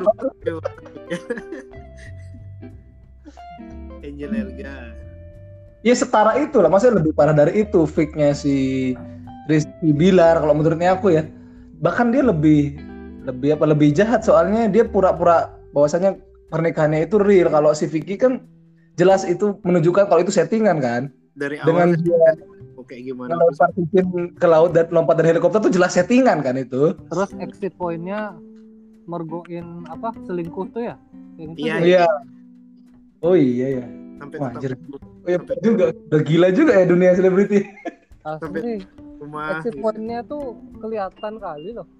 Angel Elga. ya setara itu lah, maksudnya lebih parah dari itu fake-nya si Rizky Bilar kalau menurutnya aku ya. Bahkan dia lebih jahat soalnya dia pura-pura bahwasanya pernikahannya itu real. Kalau si Vicky kan jelas itu menunjukkan kalau itu settingan kan. Dari Dengan awal dia kayak gimana? lempar cincin ke laut dan lompat dari helikopter tuh jelas settingan kan itu. Terus exit point-nya mergoin apa selingkuh tuh ya? Yang itu Iya, dia- Iya. Oh iya ya. Sampai Wah, tetap anjir. Oh iya juga. Udah gila juga ya dunia selebriti. Asli, rumah. exit point-nya tuh kelihatan kali loh.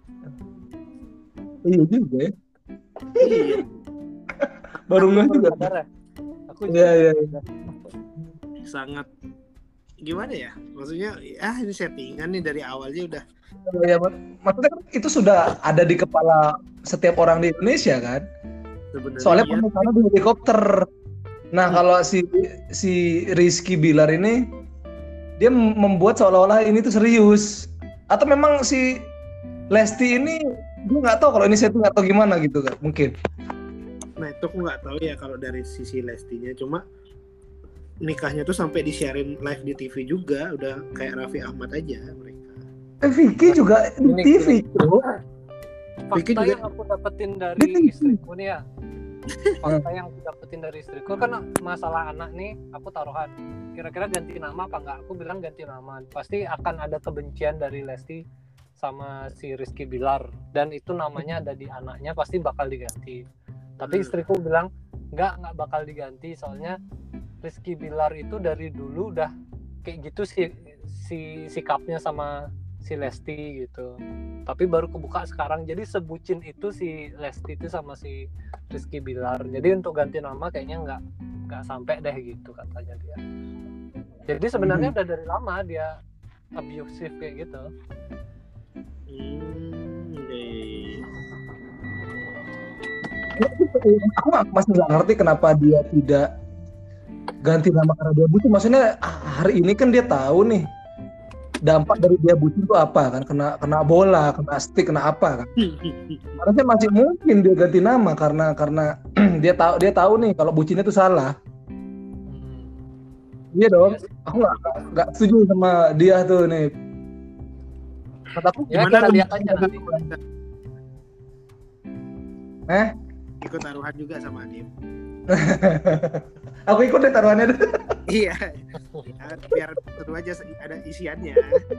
Iya juga ya. Iya. Baru ngeh juga. Sadar ya? Aku Iya, iya. Sangat gimana ya? Maksudnya ini settingan nih dari awalnya udah. Ya, maksudnya kan itu sudah ada di kepala setiap orang di Indonesia kan. Sebenarnya Soalnya iya. pernikahannya di helikopter. Nah kalau si Rizky Bilar ini dia membuat seolah-olah ini tuh serius. Atau memang si Lesti ini gue nggak tahu kalau ini setting atau gimana gitu kan mungkin. Nah itu aku nggak tahu ya kalau dari sisi Lestinya, cuma nikahnya tuh sampai di-sharein live di TV juga, udah kayak Raffi Ahmad aja mereka. Vicky juga di Ini TV bro. Vicky Fakta juga- yang aku dapetin dari istriku nih ya. Fakta yang aku dapetin dari istriku kan masalah anak nih, aku taruhan. Kira-kira ganti nama apa enggak? Aku bilang ganti nama. Pasti akan ada kebencian dari Lesti sama si Rizky Bilar, dan itu namanya ada di anaknya, pasti bakal diganti. Tapi istriku bilang enggak bakal diganti, soalnya Rizky Bilar itu dari dulu udah kayak gitu si sikapnya sama si Lesti gitu. Tapi baru kebuka sekarang. Jadi sebucin itu si Lesti itu sama si Rizky Bilar. Jadi untuk ganti nama kayaknya nggak sampai deh gitu katanya dia. Jadi sebenarnya udah dari lama dia abusive kayak gitu. Aku masih nggak ngerti kenapa dia tidak ganti nama karena dia bucin. Maksudnya hari ini kan dia tahu nih dampak dari dia bucin itu apa kan, kena bola, kena stick, kena apa kan. Harusnya masih mungkin dia ganti nama karena dia tahu nih kalau bucinnya itu salah. Iya dong. Iya sih. Aku nggak setuju sama dia tuh nih. Kataku Ya Gimana kita lu? lihat aja nanti. Ikut taruhan juga sama Adip. Aku ikut deh taruhannya deh. Iya. Ya, biar seru aja ada isiannya.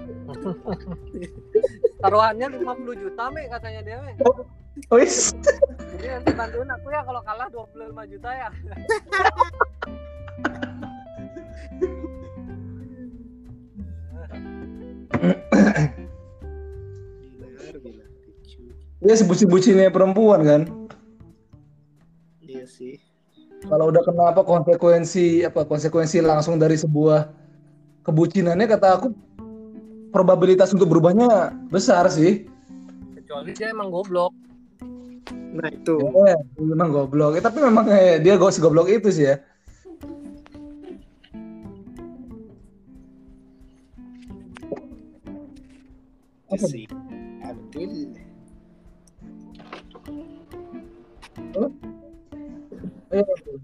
Taruhannya 50 juta Me katanya dia Me. Wis. Jadi nanti bantuin aku ya kalau kalah 25 juta ya. Gila. Lucu. Dia sebuci-bucinya perempuan kan. Iya sih. Kalau udah kena konsekuensi langsung dari sebuah kebucinannya, kata aku probabilitas untuk berubahnya besar sih. Kecuali dia emang goblok. Nah itu. Ya, memang goblok. Tapi memang dia goblok itu sih ya. Itu sih. Ya, betul. Eh,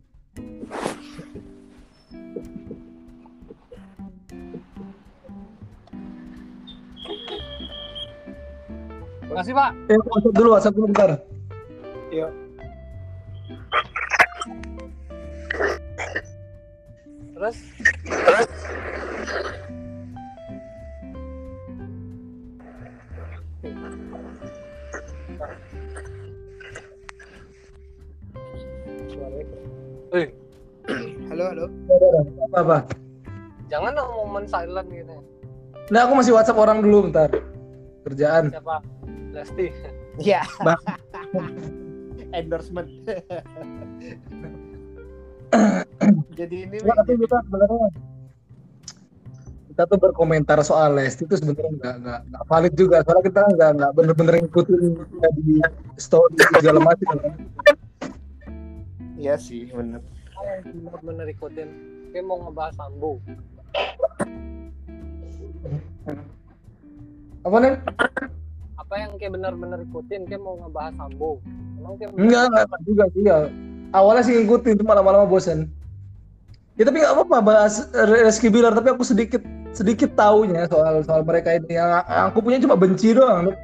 Makasih Pak. WhatsApp dulu bentar. Yuk. Terus Halo. Apa? jangan dong momen silent gitu. Nah, aku masih WhatsApp orang dulu bentar. Kerjaan. Siapa? Lesti. Iya. Bang. Endorsement. Jadi ini Enggak, tapi kita sebenarnya kita tuh berkomentar soal Lesti itu sebenarnya nggak valid juga, soalnya kita nggak bener-bener ngikutin di story segala macam. Iya sih, benar. Bener-bener ikutin. Kayak mau ngebahas Sambo. Apa nih? Apa yang kayak bener-bener ikutin? Kayak mau ngebahas Sambo. Emang kayak Enggak juga sih ya. Awalnya sih ngikutin, cuma lama-lama bosan. Ya tapi nggak apa-apa bahas Rizky Bilar, tapi aku sedikit taunya soal mereka ini. Yang aku punya cuma benci doang.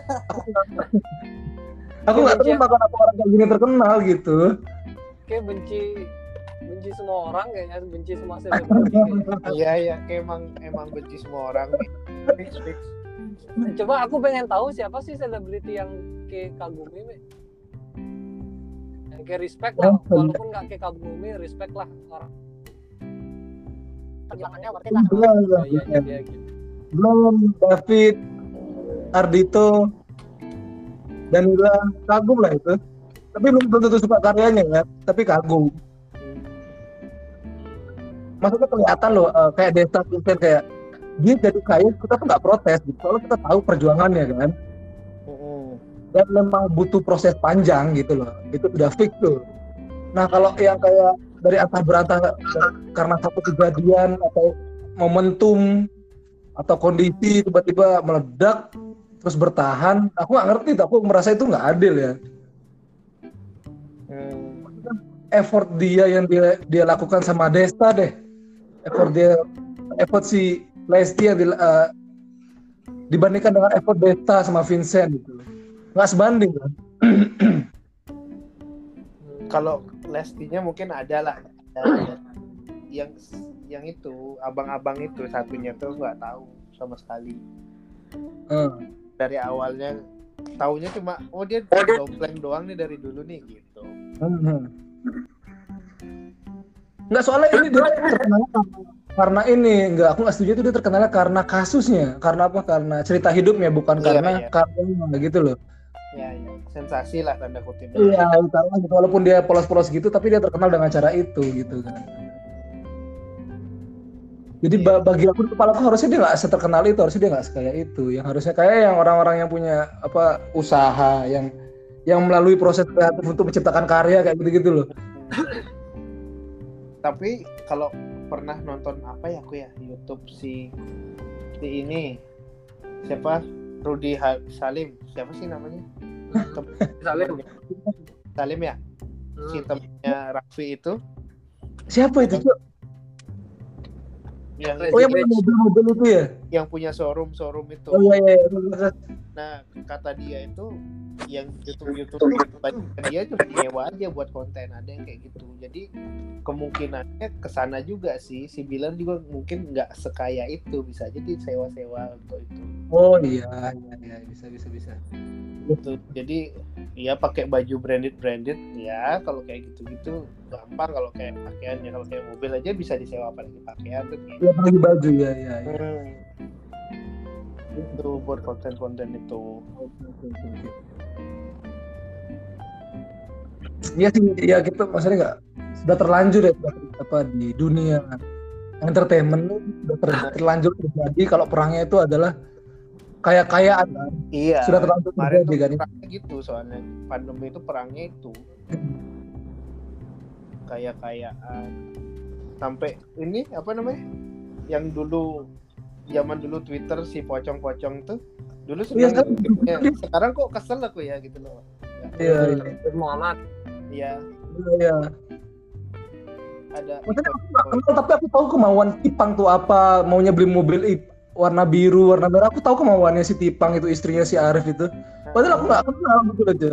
Aku nggak terima kenapa orang kayak gini terkenal gitu. kayak benci semua orang kayaknya, benci semua selebriti. Iya, kayak emang benci semua orang nih. Fix. Coba aku pengen tahu siapa sih selebriti yang kayak kagumi, Me? Yang kayak respect lah, walaupun nggak kayak kagumi, respect lah orang. Perjuangannya worth it lah. Iya, gitu. Belum David, Ardito, Danila, kagum lah itu. Tapi belum tentu suka karyanya kan, tapi kagum. Maksudnya kelihatan loh, kayak Desta Vincent, kayak dia jadi kaya, kita tuh nggak protes gitu, soalnya kita tahu perjuangannya kan. Dan memang butuh proses panjang gitu loh, itu udah fix tuh. Nah kalau yang kayak dari antah berantah karena satu kejadian atau momentum atau kondisi tiba-tiba meledak terus bertahan, aku nggak ngerti, aku merasa itu nggak adil ya. Effort dia yang dia lakukan sama Desta deh, effort si Lesti yang dibandingkan dengan effort Desta sama Vincent gitu, nggak sebanding kan. Kalau Lestinya mungkin ada lah, yang itu abang-abang itu satunya tuh nggak tahu sama sekali. Dari awalnya taunya cuma dia dompleng doang nih dari dulu nih gitu. Nggak, soalnya ini dia terkenal karena ini, aku nggak setuju itu dia terkenal karena kasusnya, karena apa? Karena cerita hidupnya, bukan karena karyanya gitu loh. Iya, sensasi lah tanda kutip. Iya, karena gitu, walaupun dia polos-polos gitu, tapi dia terkenal dengan cara itu gitu kan. Jadi bagi aku di kepala aku harusnya dia nggak seterkenal itu, harusnya dia nggak sekaya itu. Yang harusnya kayak yang orang-orang yang punya usaha, yang melalui proses kreatif untuk menciptakan karya kayak gitu-gitu loh. Tapi kalau pernah nonton aku ya YouTube si ini siapa, Rudy Salim, siapa sih namanya? Salim ya, si temennya Raffi itu. Siapa itu, Cuk? yang Oh yang punya mobil-mobil itu ya? yang punya showroom itu. Oh iya. Nah, kata dia itu yang YouTube dia tuh nyewa aja buat konten, ada yang kayak gitu. Jadi kemungkinannya kesana juga sih. Si Bilan juga mungkin nggak sekaya itu, bisa jadi sewa-sewa untuk itu. Oh iya, bisa. Gitu. Jadi ya pakai baju branded ya, kalau kayak gitu gampang. Kalau kayak pakaian ya, kalau kayak mobil aja bisa disewa, apalagi pakaian tuh gitu. Iya apalagi baju ya. Itu buat konten itu. Oke. Iya sih, ya kita maksudnya nggak sudah terlanjur ya apa di dunia entertainment sudah terlanjur terjadi kalau perangnya itu adalah kaya-kayaan kan. Iya. Sudah terlanjur Kemarin terjadi kan. perangnya gitu, soalnya pandemi itu perangnya itu kaya-kayaan. Sampai ini apa namanya? Yang dulu zaman dulu Twitter si pocong-pocong tuh dulu senang ya, sekarang kok kesel aku ya gitu loh. Iya. Muhammad. Iya. Ada. Maksudnya aku nggak kenal, tapi aku tahu kemauan Tipang tuh apa, maunya beli mobil warna biru, warna merah. Aku tahu kemauannya si Tipang itu, istrinya si Arif itu. Padahal aku nggak kenal betul aja.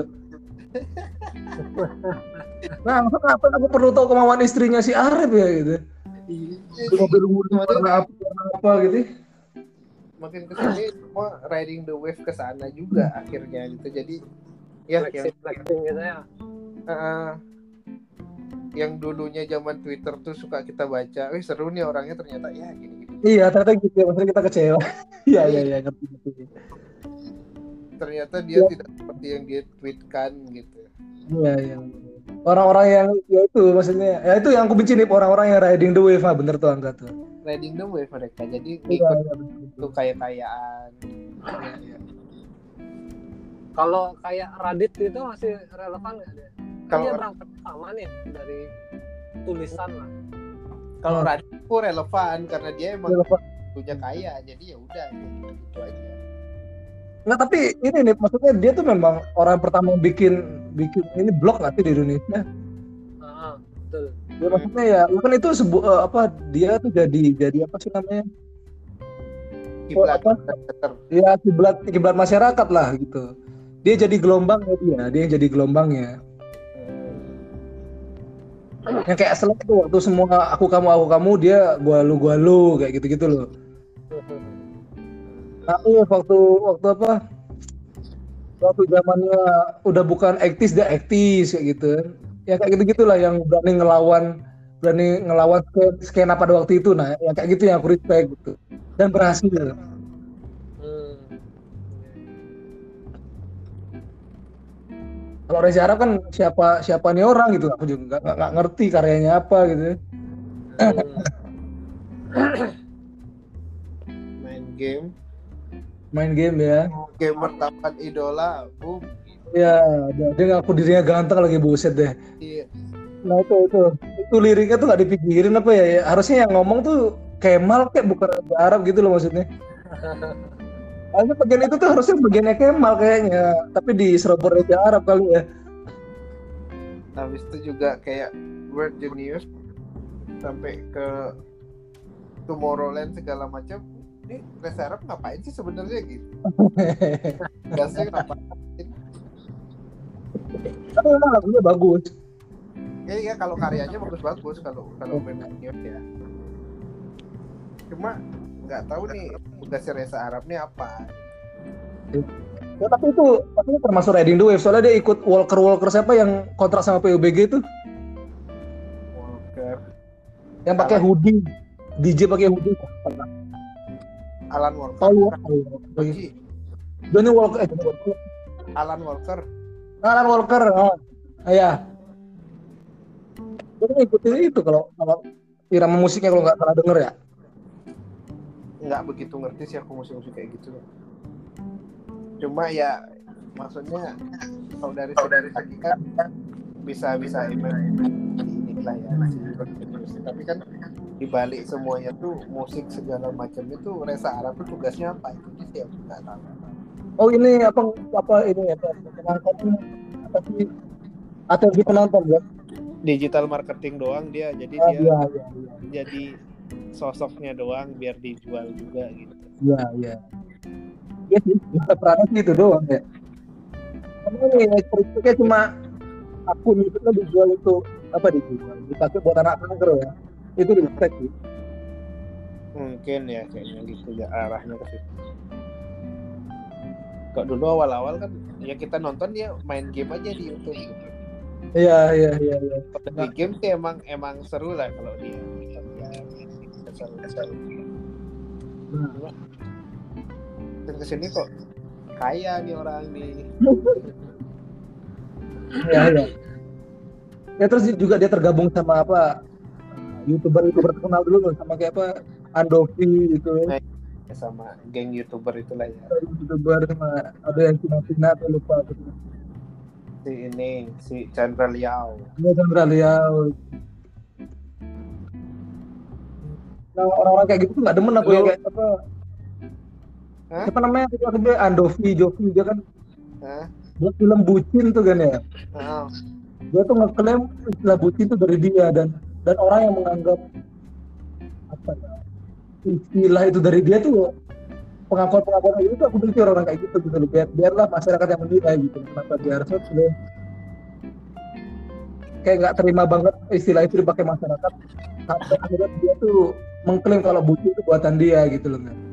Nah, maksudnya apa aku perlu tahu kemauan istrinya si Arif ya gitu. Mobil warna apa gitu. Makin kesini semua riding the wave ke sana juga akhirnya gitu. Jadi ya flexing gitu ya. Yang dulunya zaman Twitter tuh suka kita baca, seru nih orangnya, ternyata ya gini. Iya, ternyata gitu ya, maksudnya kita kecewa. Iya, ngerti. Ternyata dia tidak seperti yang dia tweetkan gitu. Iya. Orang-orang yang ya itu maksudnya, ya itu yang aku benci nih, orang-orang yang riding the wave, bener tuh angkat tuh. Riding the wave mereka, jadi ikut tuh kaya-kayaan. Iya. Kalau kayak Radit itu masih relevan nggak deh? Kalau dia berangkat sama nih dari tulisan lah. Kalau Radit itu relevan karena dia emang punya kaya, jadi ya udah gitu aja. Nah tapi ini nih, maksudnya dia tuh memang orang pertama yang bikin ini blog nggak sih di Indonesia? Betul. Ya, maksudnya ya kan itu dia tuh jadi apa sih namanya? Kiblat masyarakat lah gitu. Dia jadi gelombangnya dia yang jadi gelombangnya. Yang kayak selek itu waktu semua aku kamu dia gua lu kayak gitu loh. Tapi waktu apa? Waktu zamannya udah bukan aktis, dia aktis kayak gitu. Ya kayak gitu-gitulah yang berani ngelawan skena pada waktu itu. Nah, yang kayak gitu yang aku respect gitu. Dan berhasil. Kalau Reza Arab kan siapa nih orang gitu, aku juga nggak ngerti karyanya apa gitu. Main game ya. Gamer tampan idola, boom. Iya, dia ngaku dirinya ganteng lagi, buset deh. Iya. Nah itu liriknya tuh nggak dipikirin apa ya? Harusnya yang ngomong tuh Kemal kayak bukan Reza Arab gitu loh maksudnya. Harusnya bagian itu tuh harusnya bagiannya Kemal kayaknya, tapi diserobot Reza Arab kali ya. Habis itu juga kayak World Genius sampai ke Tomorrowland segala macam. Ini Reza Arab ngapain sih sebenarnya gitu? Gasnya ngapain? Tapi memang lagunya bagus. Ya kalau karyanya bagus kalau World Genius ya. Cuma nggak tahu nih tugasnya Reza Arab nih apa. Ya, tapi itu termasuk riding the wave, soalnya dia ikut Walker siapa yang kontrak sama PUBG itu? Walker. Yang pakai hoodie, DJ pakai hoodie. Alan Walker. Johnny Walker. Alan Walker. Ya. Dia ikutin itu kalau irama musiknya kalau nggak salah denger ya. Nggak begitu ngerti sih aku musik kayak gitu. Cuma ya maksudnya kalau dari segi kan bisa inilah ya. Tapi kan dibalik semuanya tuh musik segala macam itu Reza Arab tuh tugasnya apa itu sih aku nggak tahu. Oh ini apa ini penonton apa sih atensi penonton ya? Digital marketing doang dia, jadi jadi sosoknya doang biar dijual juga gitu. Iya, iya. Iya sih, perannya sih itu doang ya. Karena ini triknya cuma akun itu kan dijual itu apa dijual? Dipakai buat anak kanker ya. Itu respect sih. Mungkin ya kayaknya gitu ya arahnya ke situ. Kok dulu awal-awal kan ya kita nonton dia main game aja di YouTube gitu. Iya. Di game sih emang seru lah kalau dia seru. Nah. Dan kesini kok kaya nih orang nih. Iya. Ya terus juga dia tergabung sama apa YouTuber terkenal dulu loh, sama kayak apa Andovi gitu ya. Sama geng YouTuber itulah ya. YouTuber sama ada yang Cina atau lupa gitu. Si Chandra Liao. Iya, Chandra Liao. Nah, orang-orang kayak gitu tuh nggak demen aku ya kayak apa? Hah? Siapa namanya? Itu dia Jovi dia kan. Hah? Dia film bucin tuh kan ya. Oh. Dia tuh ngeklaim istilah bucin tuh dari dia dan orang yang menganggap apa ya? Istilah itu dari dia tuh pengakuan itu tuh aku benci orang kayak gitu gitu. Biarlah masyarakat yang menilai gitu. Kenapa dia harus kayak nggak terima banget istilah itu dipakai masyarakat sampai akhirnya dia tuh mengklaim kalau bucin itu buatan dia gitu loh kan.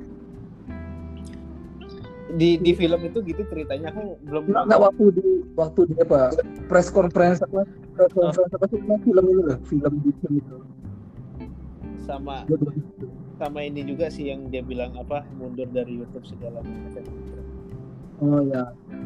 Di film itu gitu ceritanya aku belum nggak waktu di apa press conference apa sih film ini loh film bucin itu sama ini juga sih yang dia bilang apa mundur dari YouTube segala macam. Oh ya.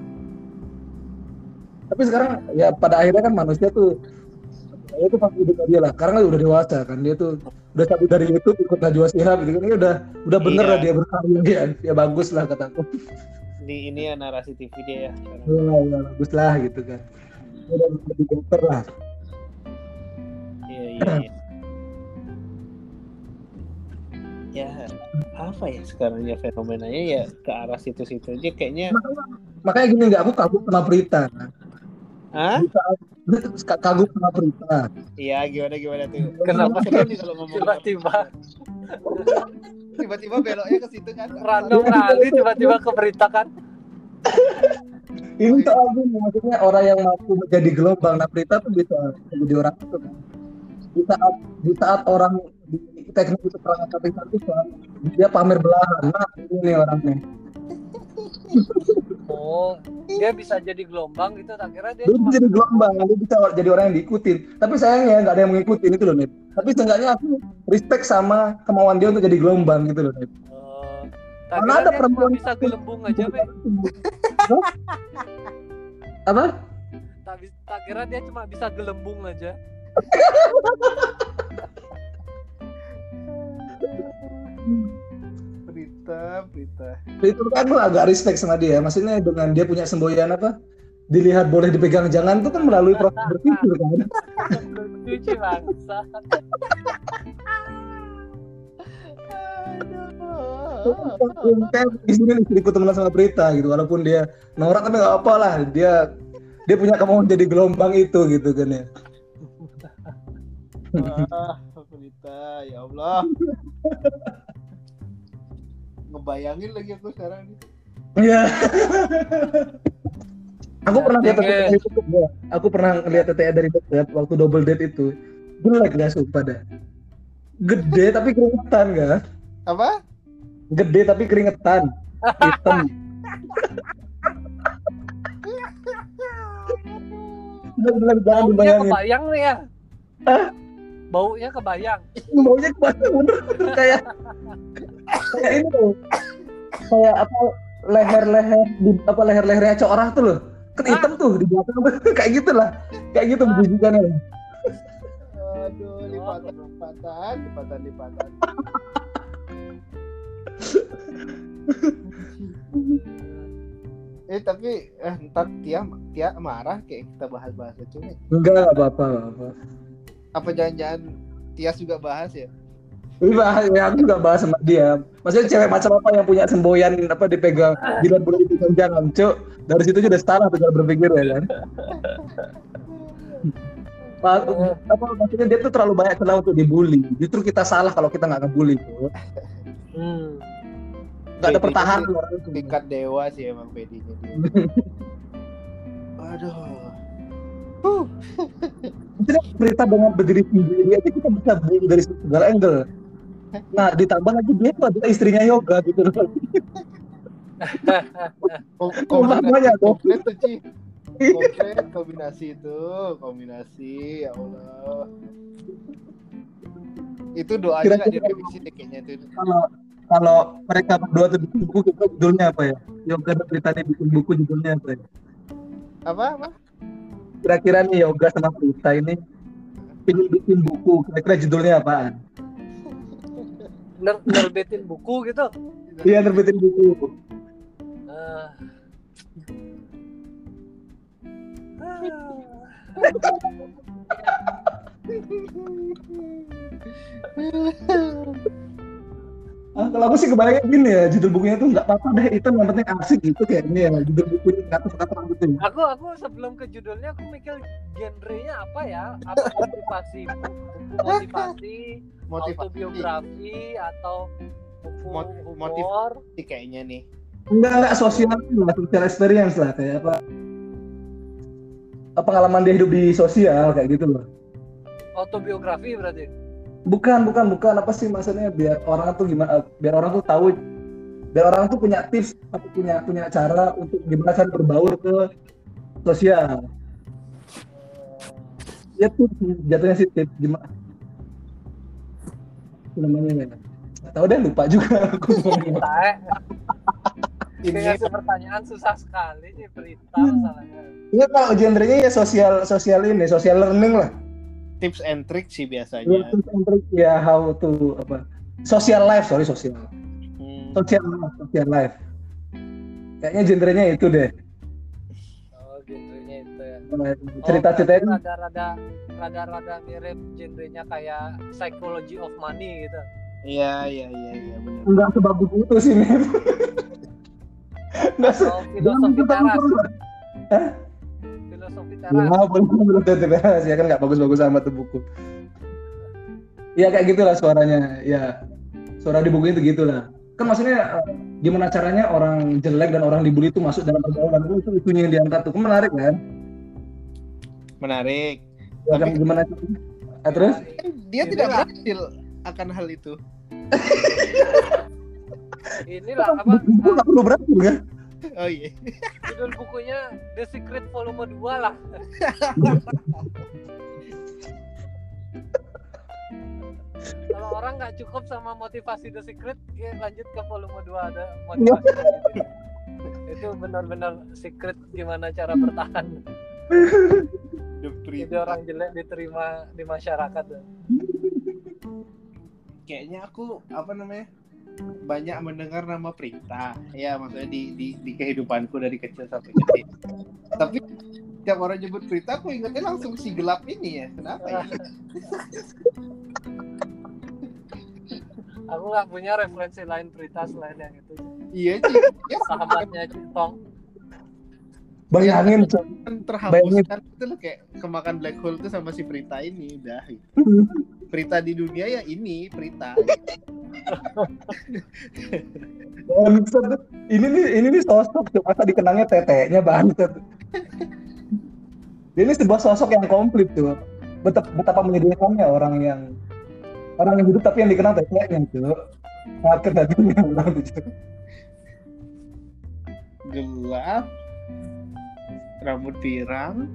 Tapi sekarang ya pada akhirnya kan manusia tuh ya itu pasti hidupnya dia lah. Sekarang udah dewasa kan dia tuh udah cabut dari YouTube ikut Najwa Shihab gitu kan. Ini udah bener lah dia berkarya dia. Ya bagus lah kataku. Di ini ya narasi TV dia ya. Ya bagus lah gitu kan. Udah lebih better lah. Iya. Ya apa ya sekarang ya fenomenanya ya ke arah situ-situ aja kayaknya. Makanya gini nggak aku kagum sama Prita. Hah? Kagum sama Prita. Iya gimana tuh? Kenapa seru nih kalau ngomong tiba-tiba beloknya ke situ kan? Random kali tiba-tiba ke berita kan? Ini soal gini, maksudnya orang yang mampu menjadi gelombang. Nah Prita tuh bisa jadi orang itu kan. Di saat orang di teknik itu perangkat itu dia pamer belahan. Nah ini orangnya. Oh, dia bisa jadi gelombang gitu. Tak kira dia bisa jadi gelombang, dia bisa jadi orang yang diikutin. Tapi sayangnya nggak ada yang mengikutin itu loh, Nip. Tapi seenggaknya aku respect sama kemauan dia untuk jadi gelombang gitu loh, Nip. Karena ada perempuan bisa gelembung aja, Be. Apa? Tak kira dia cuma bisa gelembung aja. Berita. Itu kan aku agak respect sama dia. Maksudnya dengan dia punya semboyan apa? Dilihat boleh dipegang jangan itu kan melalui proses berpikir kan. Cuci bangsa. Kan di sini ikut temenan sama Prita gitu. Walaupun dia norak tapi nggak apa lah. Dia punya kemauan jadi gelombang itu gitu kan ya. Prita, ya Allah. Ngebayangin lagi aku sekarang nih. Iya. Aku pernah lihat TTA itu ya. Aku pernah lihat TTA dari dekat waktu double date itu. Jelek gak sumpah dah. Gede tapi keringetan gak? Apa? Gede tapi keringetan. Hitam. Bener-bener jangan dibayangin. Kebayang nih ya. Hah? Baunya kebayang. Baunya kebayang bener kayak ini loh. Kayak apa leher-lehernya corak tuh loh. Kan hitam tuh di belakang kayak gitulah. Kayak gitu bentukannya. Aduh, lipatan. Tapi ntar Tia marah kayak kita bahas itu nih. Enggak apa-apa. Apa jangan-jangan Tias juga bahas ya? Iya, ya aku juga bahas sama dia. Maksudnya cewek macam apa yang punya semboyan apa dipegang, bila boleh dipegang jangan, Cuk. Dari situ udah salah tuh cara berpikir ya kan. Apa maksudnya dia tuh terlalu banyak celah untuk dibully. Justru kita salah kalau kita nggak ngebully tuh. Nggak ada pertahanan orang itu. Tingkat dewa sih emang PD-nya dia. Aduh. Maksudnya berita dengan berdiri sendiri aja kita bisa bully dari segala angle. Nah ditambah lagi dia tuh adalah istrinya Yoga gitu loh. Kombinasi komplit tuh Ci. Komplit kombinasi itu, kombinasi ya Allah. Itu doanya nggak direvisi deh kayaknya itu. Kalau mereka berdua tuh bikin buku, judulnya apa ya? Yoga dan Prita bikin buku judulnya apa ya? Apa? Kira-kira nih Yoga sama Prita ini pengen bikin buku, kira-kira judulnya apaan? Nerbitin buku gitu. Iya, nerbitin buku. Kalau aku sih kebayang gini ya, judul bukunya tuh nggak apa-apa deh, itu yang penting asik gitu kayaknya ya, judul bukunya kata-kata gitu. Aku sebelum ke judulnya aku mikir genrenya apa ya? Apa motivasi, autobiografi atau buku motivasi kayaknya nih. Enggak social experience lah, kayak apa? Pengalaman dia hidup di sosial kayak gitu loh. Autobiografi berarti? Bukan apa sih maksudnya, biar orang tuh gimana, biar orang tuh tahu, biar orang tuh punya tips atau punya cara untuk gimana cara berbaur ke sosial. Ya tuh jatuhnya sih tips gimana namanya ya. Tahu deh, lupa juga aku ngomongnya. Ini ngasih pertanyaan susah sekali nih, berita masalahnya. Ini kalau genrenya ya social learning lah. Tips and trick sih biasanya. Tips and trick ya, how to apa? Social life. Social life. Kayaknya genrenya itu deh. Oh, genrenya itu ya. Cerita-ceritanya rada mirip genrenya kayak Psychology of Money gitu. Iya benar. Enggak sebagus itu sih, Nih. Filosofi teras. Filosofi teras. Ya, filosofi teras ya kan, nggak bagus-bagus amat tuh buku. Ya kayak gitulah suaranya. Ya, suara di buku itu gitulah. Kan maksudnya gimana caranya orang jelek dan orang dibully itu masuk dalam pergaulan, itu itunya yang diangkat tuh. Menarik kan? Menarik. Ya, kan gimana terus? Dia tidak berhasil akan hal itu. Inilah apa? Buku nggak perlu berhasil kan? Oh iya. Judul bukunya The Secret Volume 2 lah. Kalau orang nggak cukup sama motivasi The Secret, ya lanjut ke volume 2, ada motivasi gitu. Itu benar-benar secret gimana cara bertahan. Jadi orang jelek diterima di masyarakat. Kayaknya aku banyak mendengar nama Prita, ya maksudnya di kehidupanku dari kecil sampai gede. Tapi setiap orang nyebut Prita, aku ingatnya langsung si gelap ini ya. Kenapa ya? Aku nggak punya referensi lain Prita selain yang itu. Iya Ci. Ya, sahabatnya Cintong. Bayangin terhapuskan itu loh, kayak kemakan black hole itu sama si Prita ini udah. Prita di dunia ya ini Prita. Ini nih sosok tuh, masa dikenangnya tetenya banget. Ini sebuah sosok yang komplit tuh. Betapa menyedihkannya orang yang hidup tapi yang dikenal tetenya tuh. Sakit hatinya orang itu. Gelap, rambut pirang.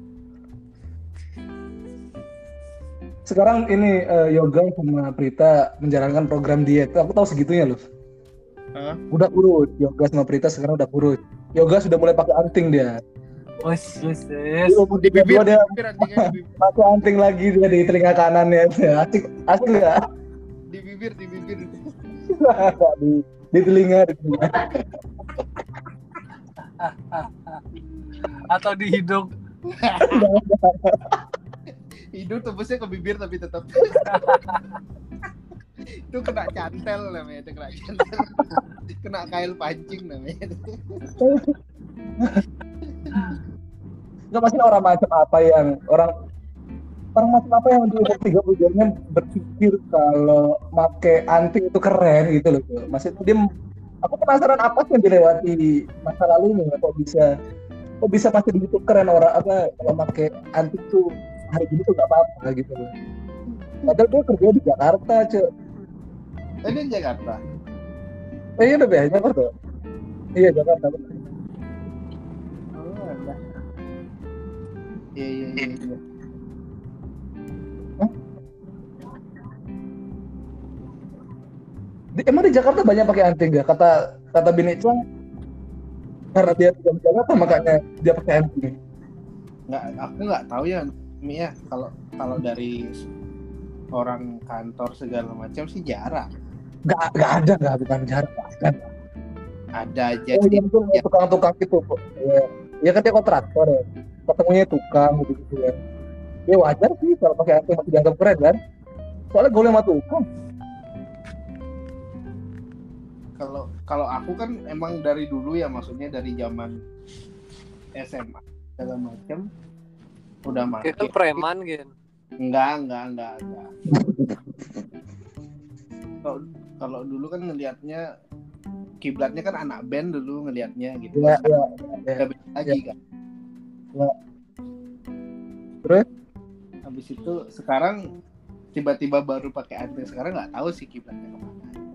Sekarang ini Yoga sama Prita menjalankan program diet. Aku tahu segitunya loh. Udah kurus. Yoga sama Prita sekarang udah kurus. Yoga sudah mulai pakai anting dia. Wes. Di bibir dia pakai anting lagi dia di telinga kanannya. Asik nggak? Di bibir. di telinga. Atau di hidung. Hidung tembusnya ke bibir tapi tetap. Itu kena cantel namanya, kena kail pancing namanya. Nggak, pasti orang macam apa yang orang orang macam apa yang di umur 30-nya berpikir kalau make anting itu keren gitu loh. Maksudnya dia, aku penasaran apa sih yang dilewati masa lalunya, kok bisa masih begitu keren orang apa kalau make anting tuh hari ini tuh nggak apa-apa gitu loh. Padahal dia kerja di Jakarta, Cuk. Ini di Jakarta. Iya udah biasa Jakarta. Iya Jakarta. Oh, ada. Iya. Emang di Jakarta banyak pakai anting gak? Kata bini Cang, karena dia tidak di Jakarta makanya dia pakai anting. Aku nggak tahu ya, Mi ya. Kalau dari orang kantor segala macam sih jarang. Gak ada, bukan jarang. Kan. Ada aja Oh, sih. itu tukang-tukang itu kok. Ya kan dia kontraktor ya. Ketemunya tukang gitu ya. Ya wajar sih kalau pakai anting masih dianggap keren kan. Soalnya gue sama tukang. Kalau aku kan emang dari dulu ya, maksudnya dari zaman SMA segala macam udah Itu pakai. preman gitu. Enggak. Kalau dulu kan ngelihatnya kiblatnya kan anak band dulu ngelihatnya gitu. Ya. Nggak beda lagi kan. Ya. Terus? Habis itu sekarang tiba-tiba baru pakai anting, sekarang nggak tahu sih kiblatnya kemana.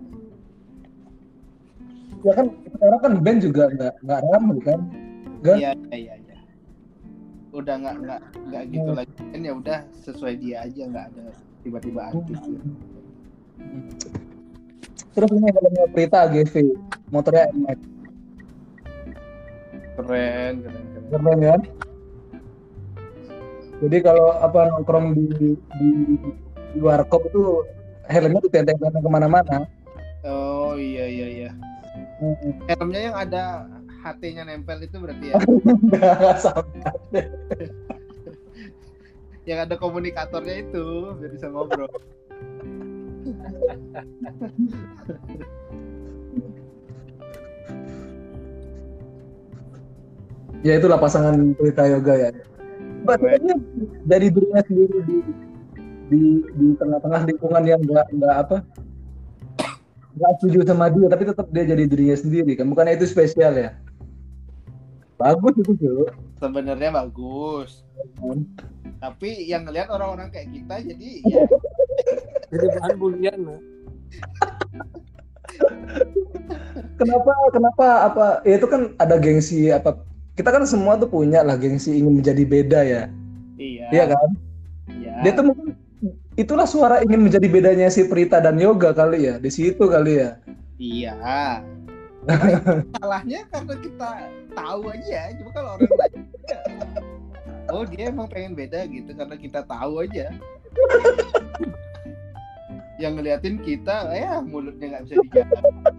Ya kan sekarang kan band juga nggak ramai kan. Kan? Iya. Udah nggak gitu lagi kan, ya udah sesuai dia aja, nggak ada tiba-tiba antik. Terus ini helmnya Prita AGV, motornya NMAX. Keren. Keren kan? Jadi kalau apa nongkrong di warkop itu helmnya ditenteng-tenteng kemana-mana. Oh iya. Helmnya yang ada HT-nya nempel itu berarti ya. Nggak sampai. Yang ada komunikatornya itu biar bisa ngobrol. Ya itulah pasangan Prita Yoga ya. Sebenarnya dari dirinya sendiri di tengah-tengah lingkungan yang nggak setuju sama dia, tapi tetap dia jadi dirinya sendiri kan, bukannya itu spesial ya? Bagus itu tuh. Sebenarnya bagus. Tapi yang ngelihat orang-orang kayak kita jadi ya Jadi bahan bulian. Kenapa apa ya, itu kan ada gengsi apa, kita kan semua tuh punya lah gengsi ingin menjadi beda ya. Iya kan? Iya. Dia tuh mungkin itulah suara ingin menjadi bedanya si Prita dan Yoga kali ya, di situ kali ya. Iya. Salahnya karena kita tahu aja, cuma kalau orang lain oh dia emang pengen beda gitu karena kita tahu aja. Yang ngeliatin kita ya mulutnya nggak bisa dijaga.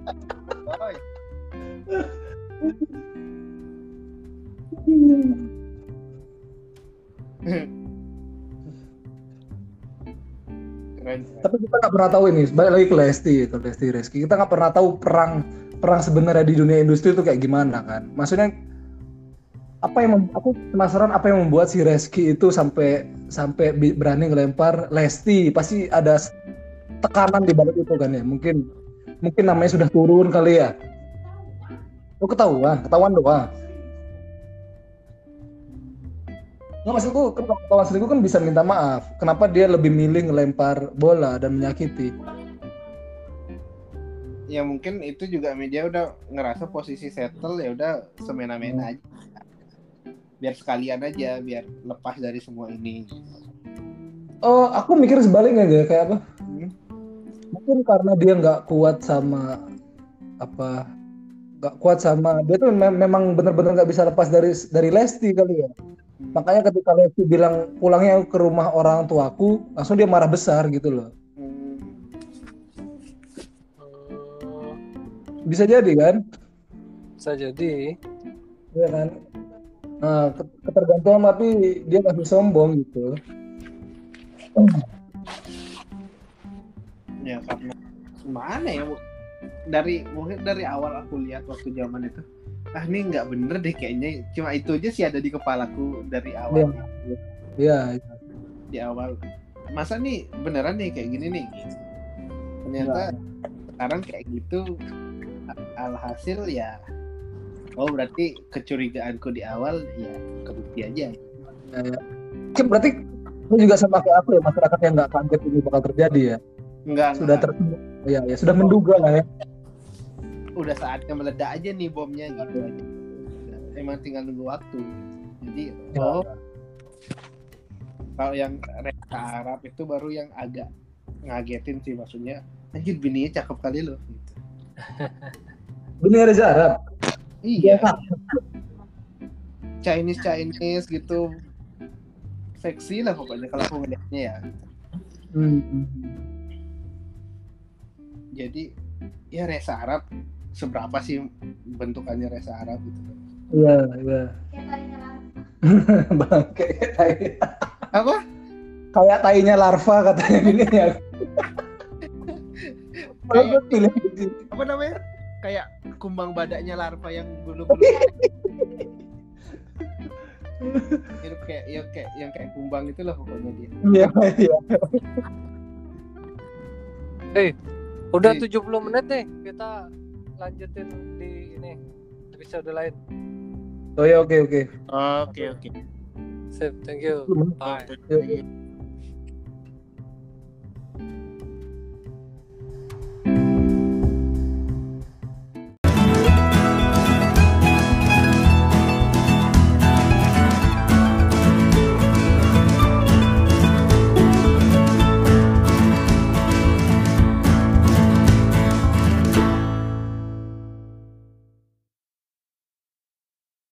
Keren. Tapi kita nggak pernah tahu ini, balik lagi ke Lesti Rizky, kita nggak pernah tahu perang sebenarnya di dunia industri itu kayak gimana kan. Maksudnya aku penasaran apa yang membuat si Rizky itu sampai berani ngelempar Lesti. Pasti ada tekanan di balik itu kan ya. Mungkin namanya sudah turun kali ya. Oh ketahuan doang. Nggak, maksudku kawan selingkuh kan bisa minta maaf. Kenapa dia lebih milih ngelempar bola dan menyakiti? Ya mungkin itu juga media udah ngerasa posisi settle, ya udah semena-mena aja. Biar sekalian aja, biar lepas dari semua ini. Oh, aku mikir sebaliknya deh, kayak apa? Mungkin karena dia nggak kuat sama dia tuh memang benar-benar nggak bisa lepas dari Lesti kali ya. Makanya ketika Lesti bilang pulangnya ke rumah orang tuaku, langsung dia marah besar gitu loh. Bisa jadi kan? Bisa jadi. Iya kan? Nah, ketergantungan tapi dia masih sombong gitu. Ya karena mana ya, mungkin dari awal aku lihat waktu zaman itu, ini nggak bener deh kayaknya, cuma itu aja sih ada di kepalaku dari awal. Iya. di awal. Masa nih beneran nih kayak gini nih. Ternyata sekarang kayak gitu. Alhasil ya, oh berarti kecurigaanku di awal ya kebukti aja. Mungkin berarti ini juga sama kayak aku ya, masyarakat yang nggak kaget ini bakal terjadi ya. Enggak. Ya sudah menduga lah ya. Udah saatnya meledak aja nih bomnya gitu aja. Emang tinggal nunggu waktu. Jadi kalau yang reka Arab itu baru yang agak ngagetin sih, maksudnya anjir bininya cakep kali loh gitu. Bini Reza Arab. Iya. Chinese gitu. Seksi lah pokoknya kalau aku ngeliatnya ya. Jadi ya Reza Arab seberapa sih bentukannya Reza Arab gitu. Iya. Bang kayak tai. Apa? Kayak tainya larva katanya gini ya. Apa namanya? Kayak kumbang badaknya larva yang bulu-bulu. kayak yang kayak kumbang itu lah pokoknya dia. Iya. Udah 70 menit nih, kita lanjutin di ini episode lain. Oh ya, oke. Oke. Sip, thank you. Belum. Bye. Yuk.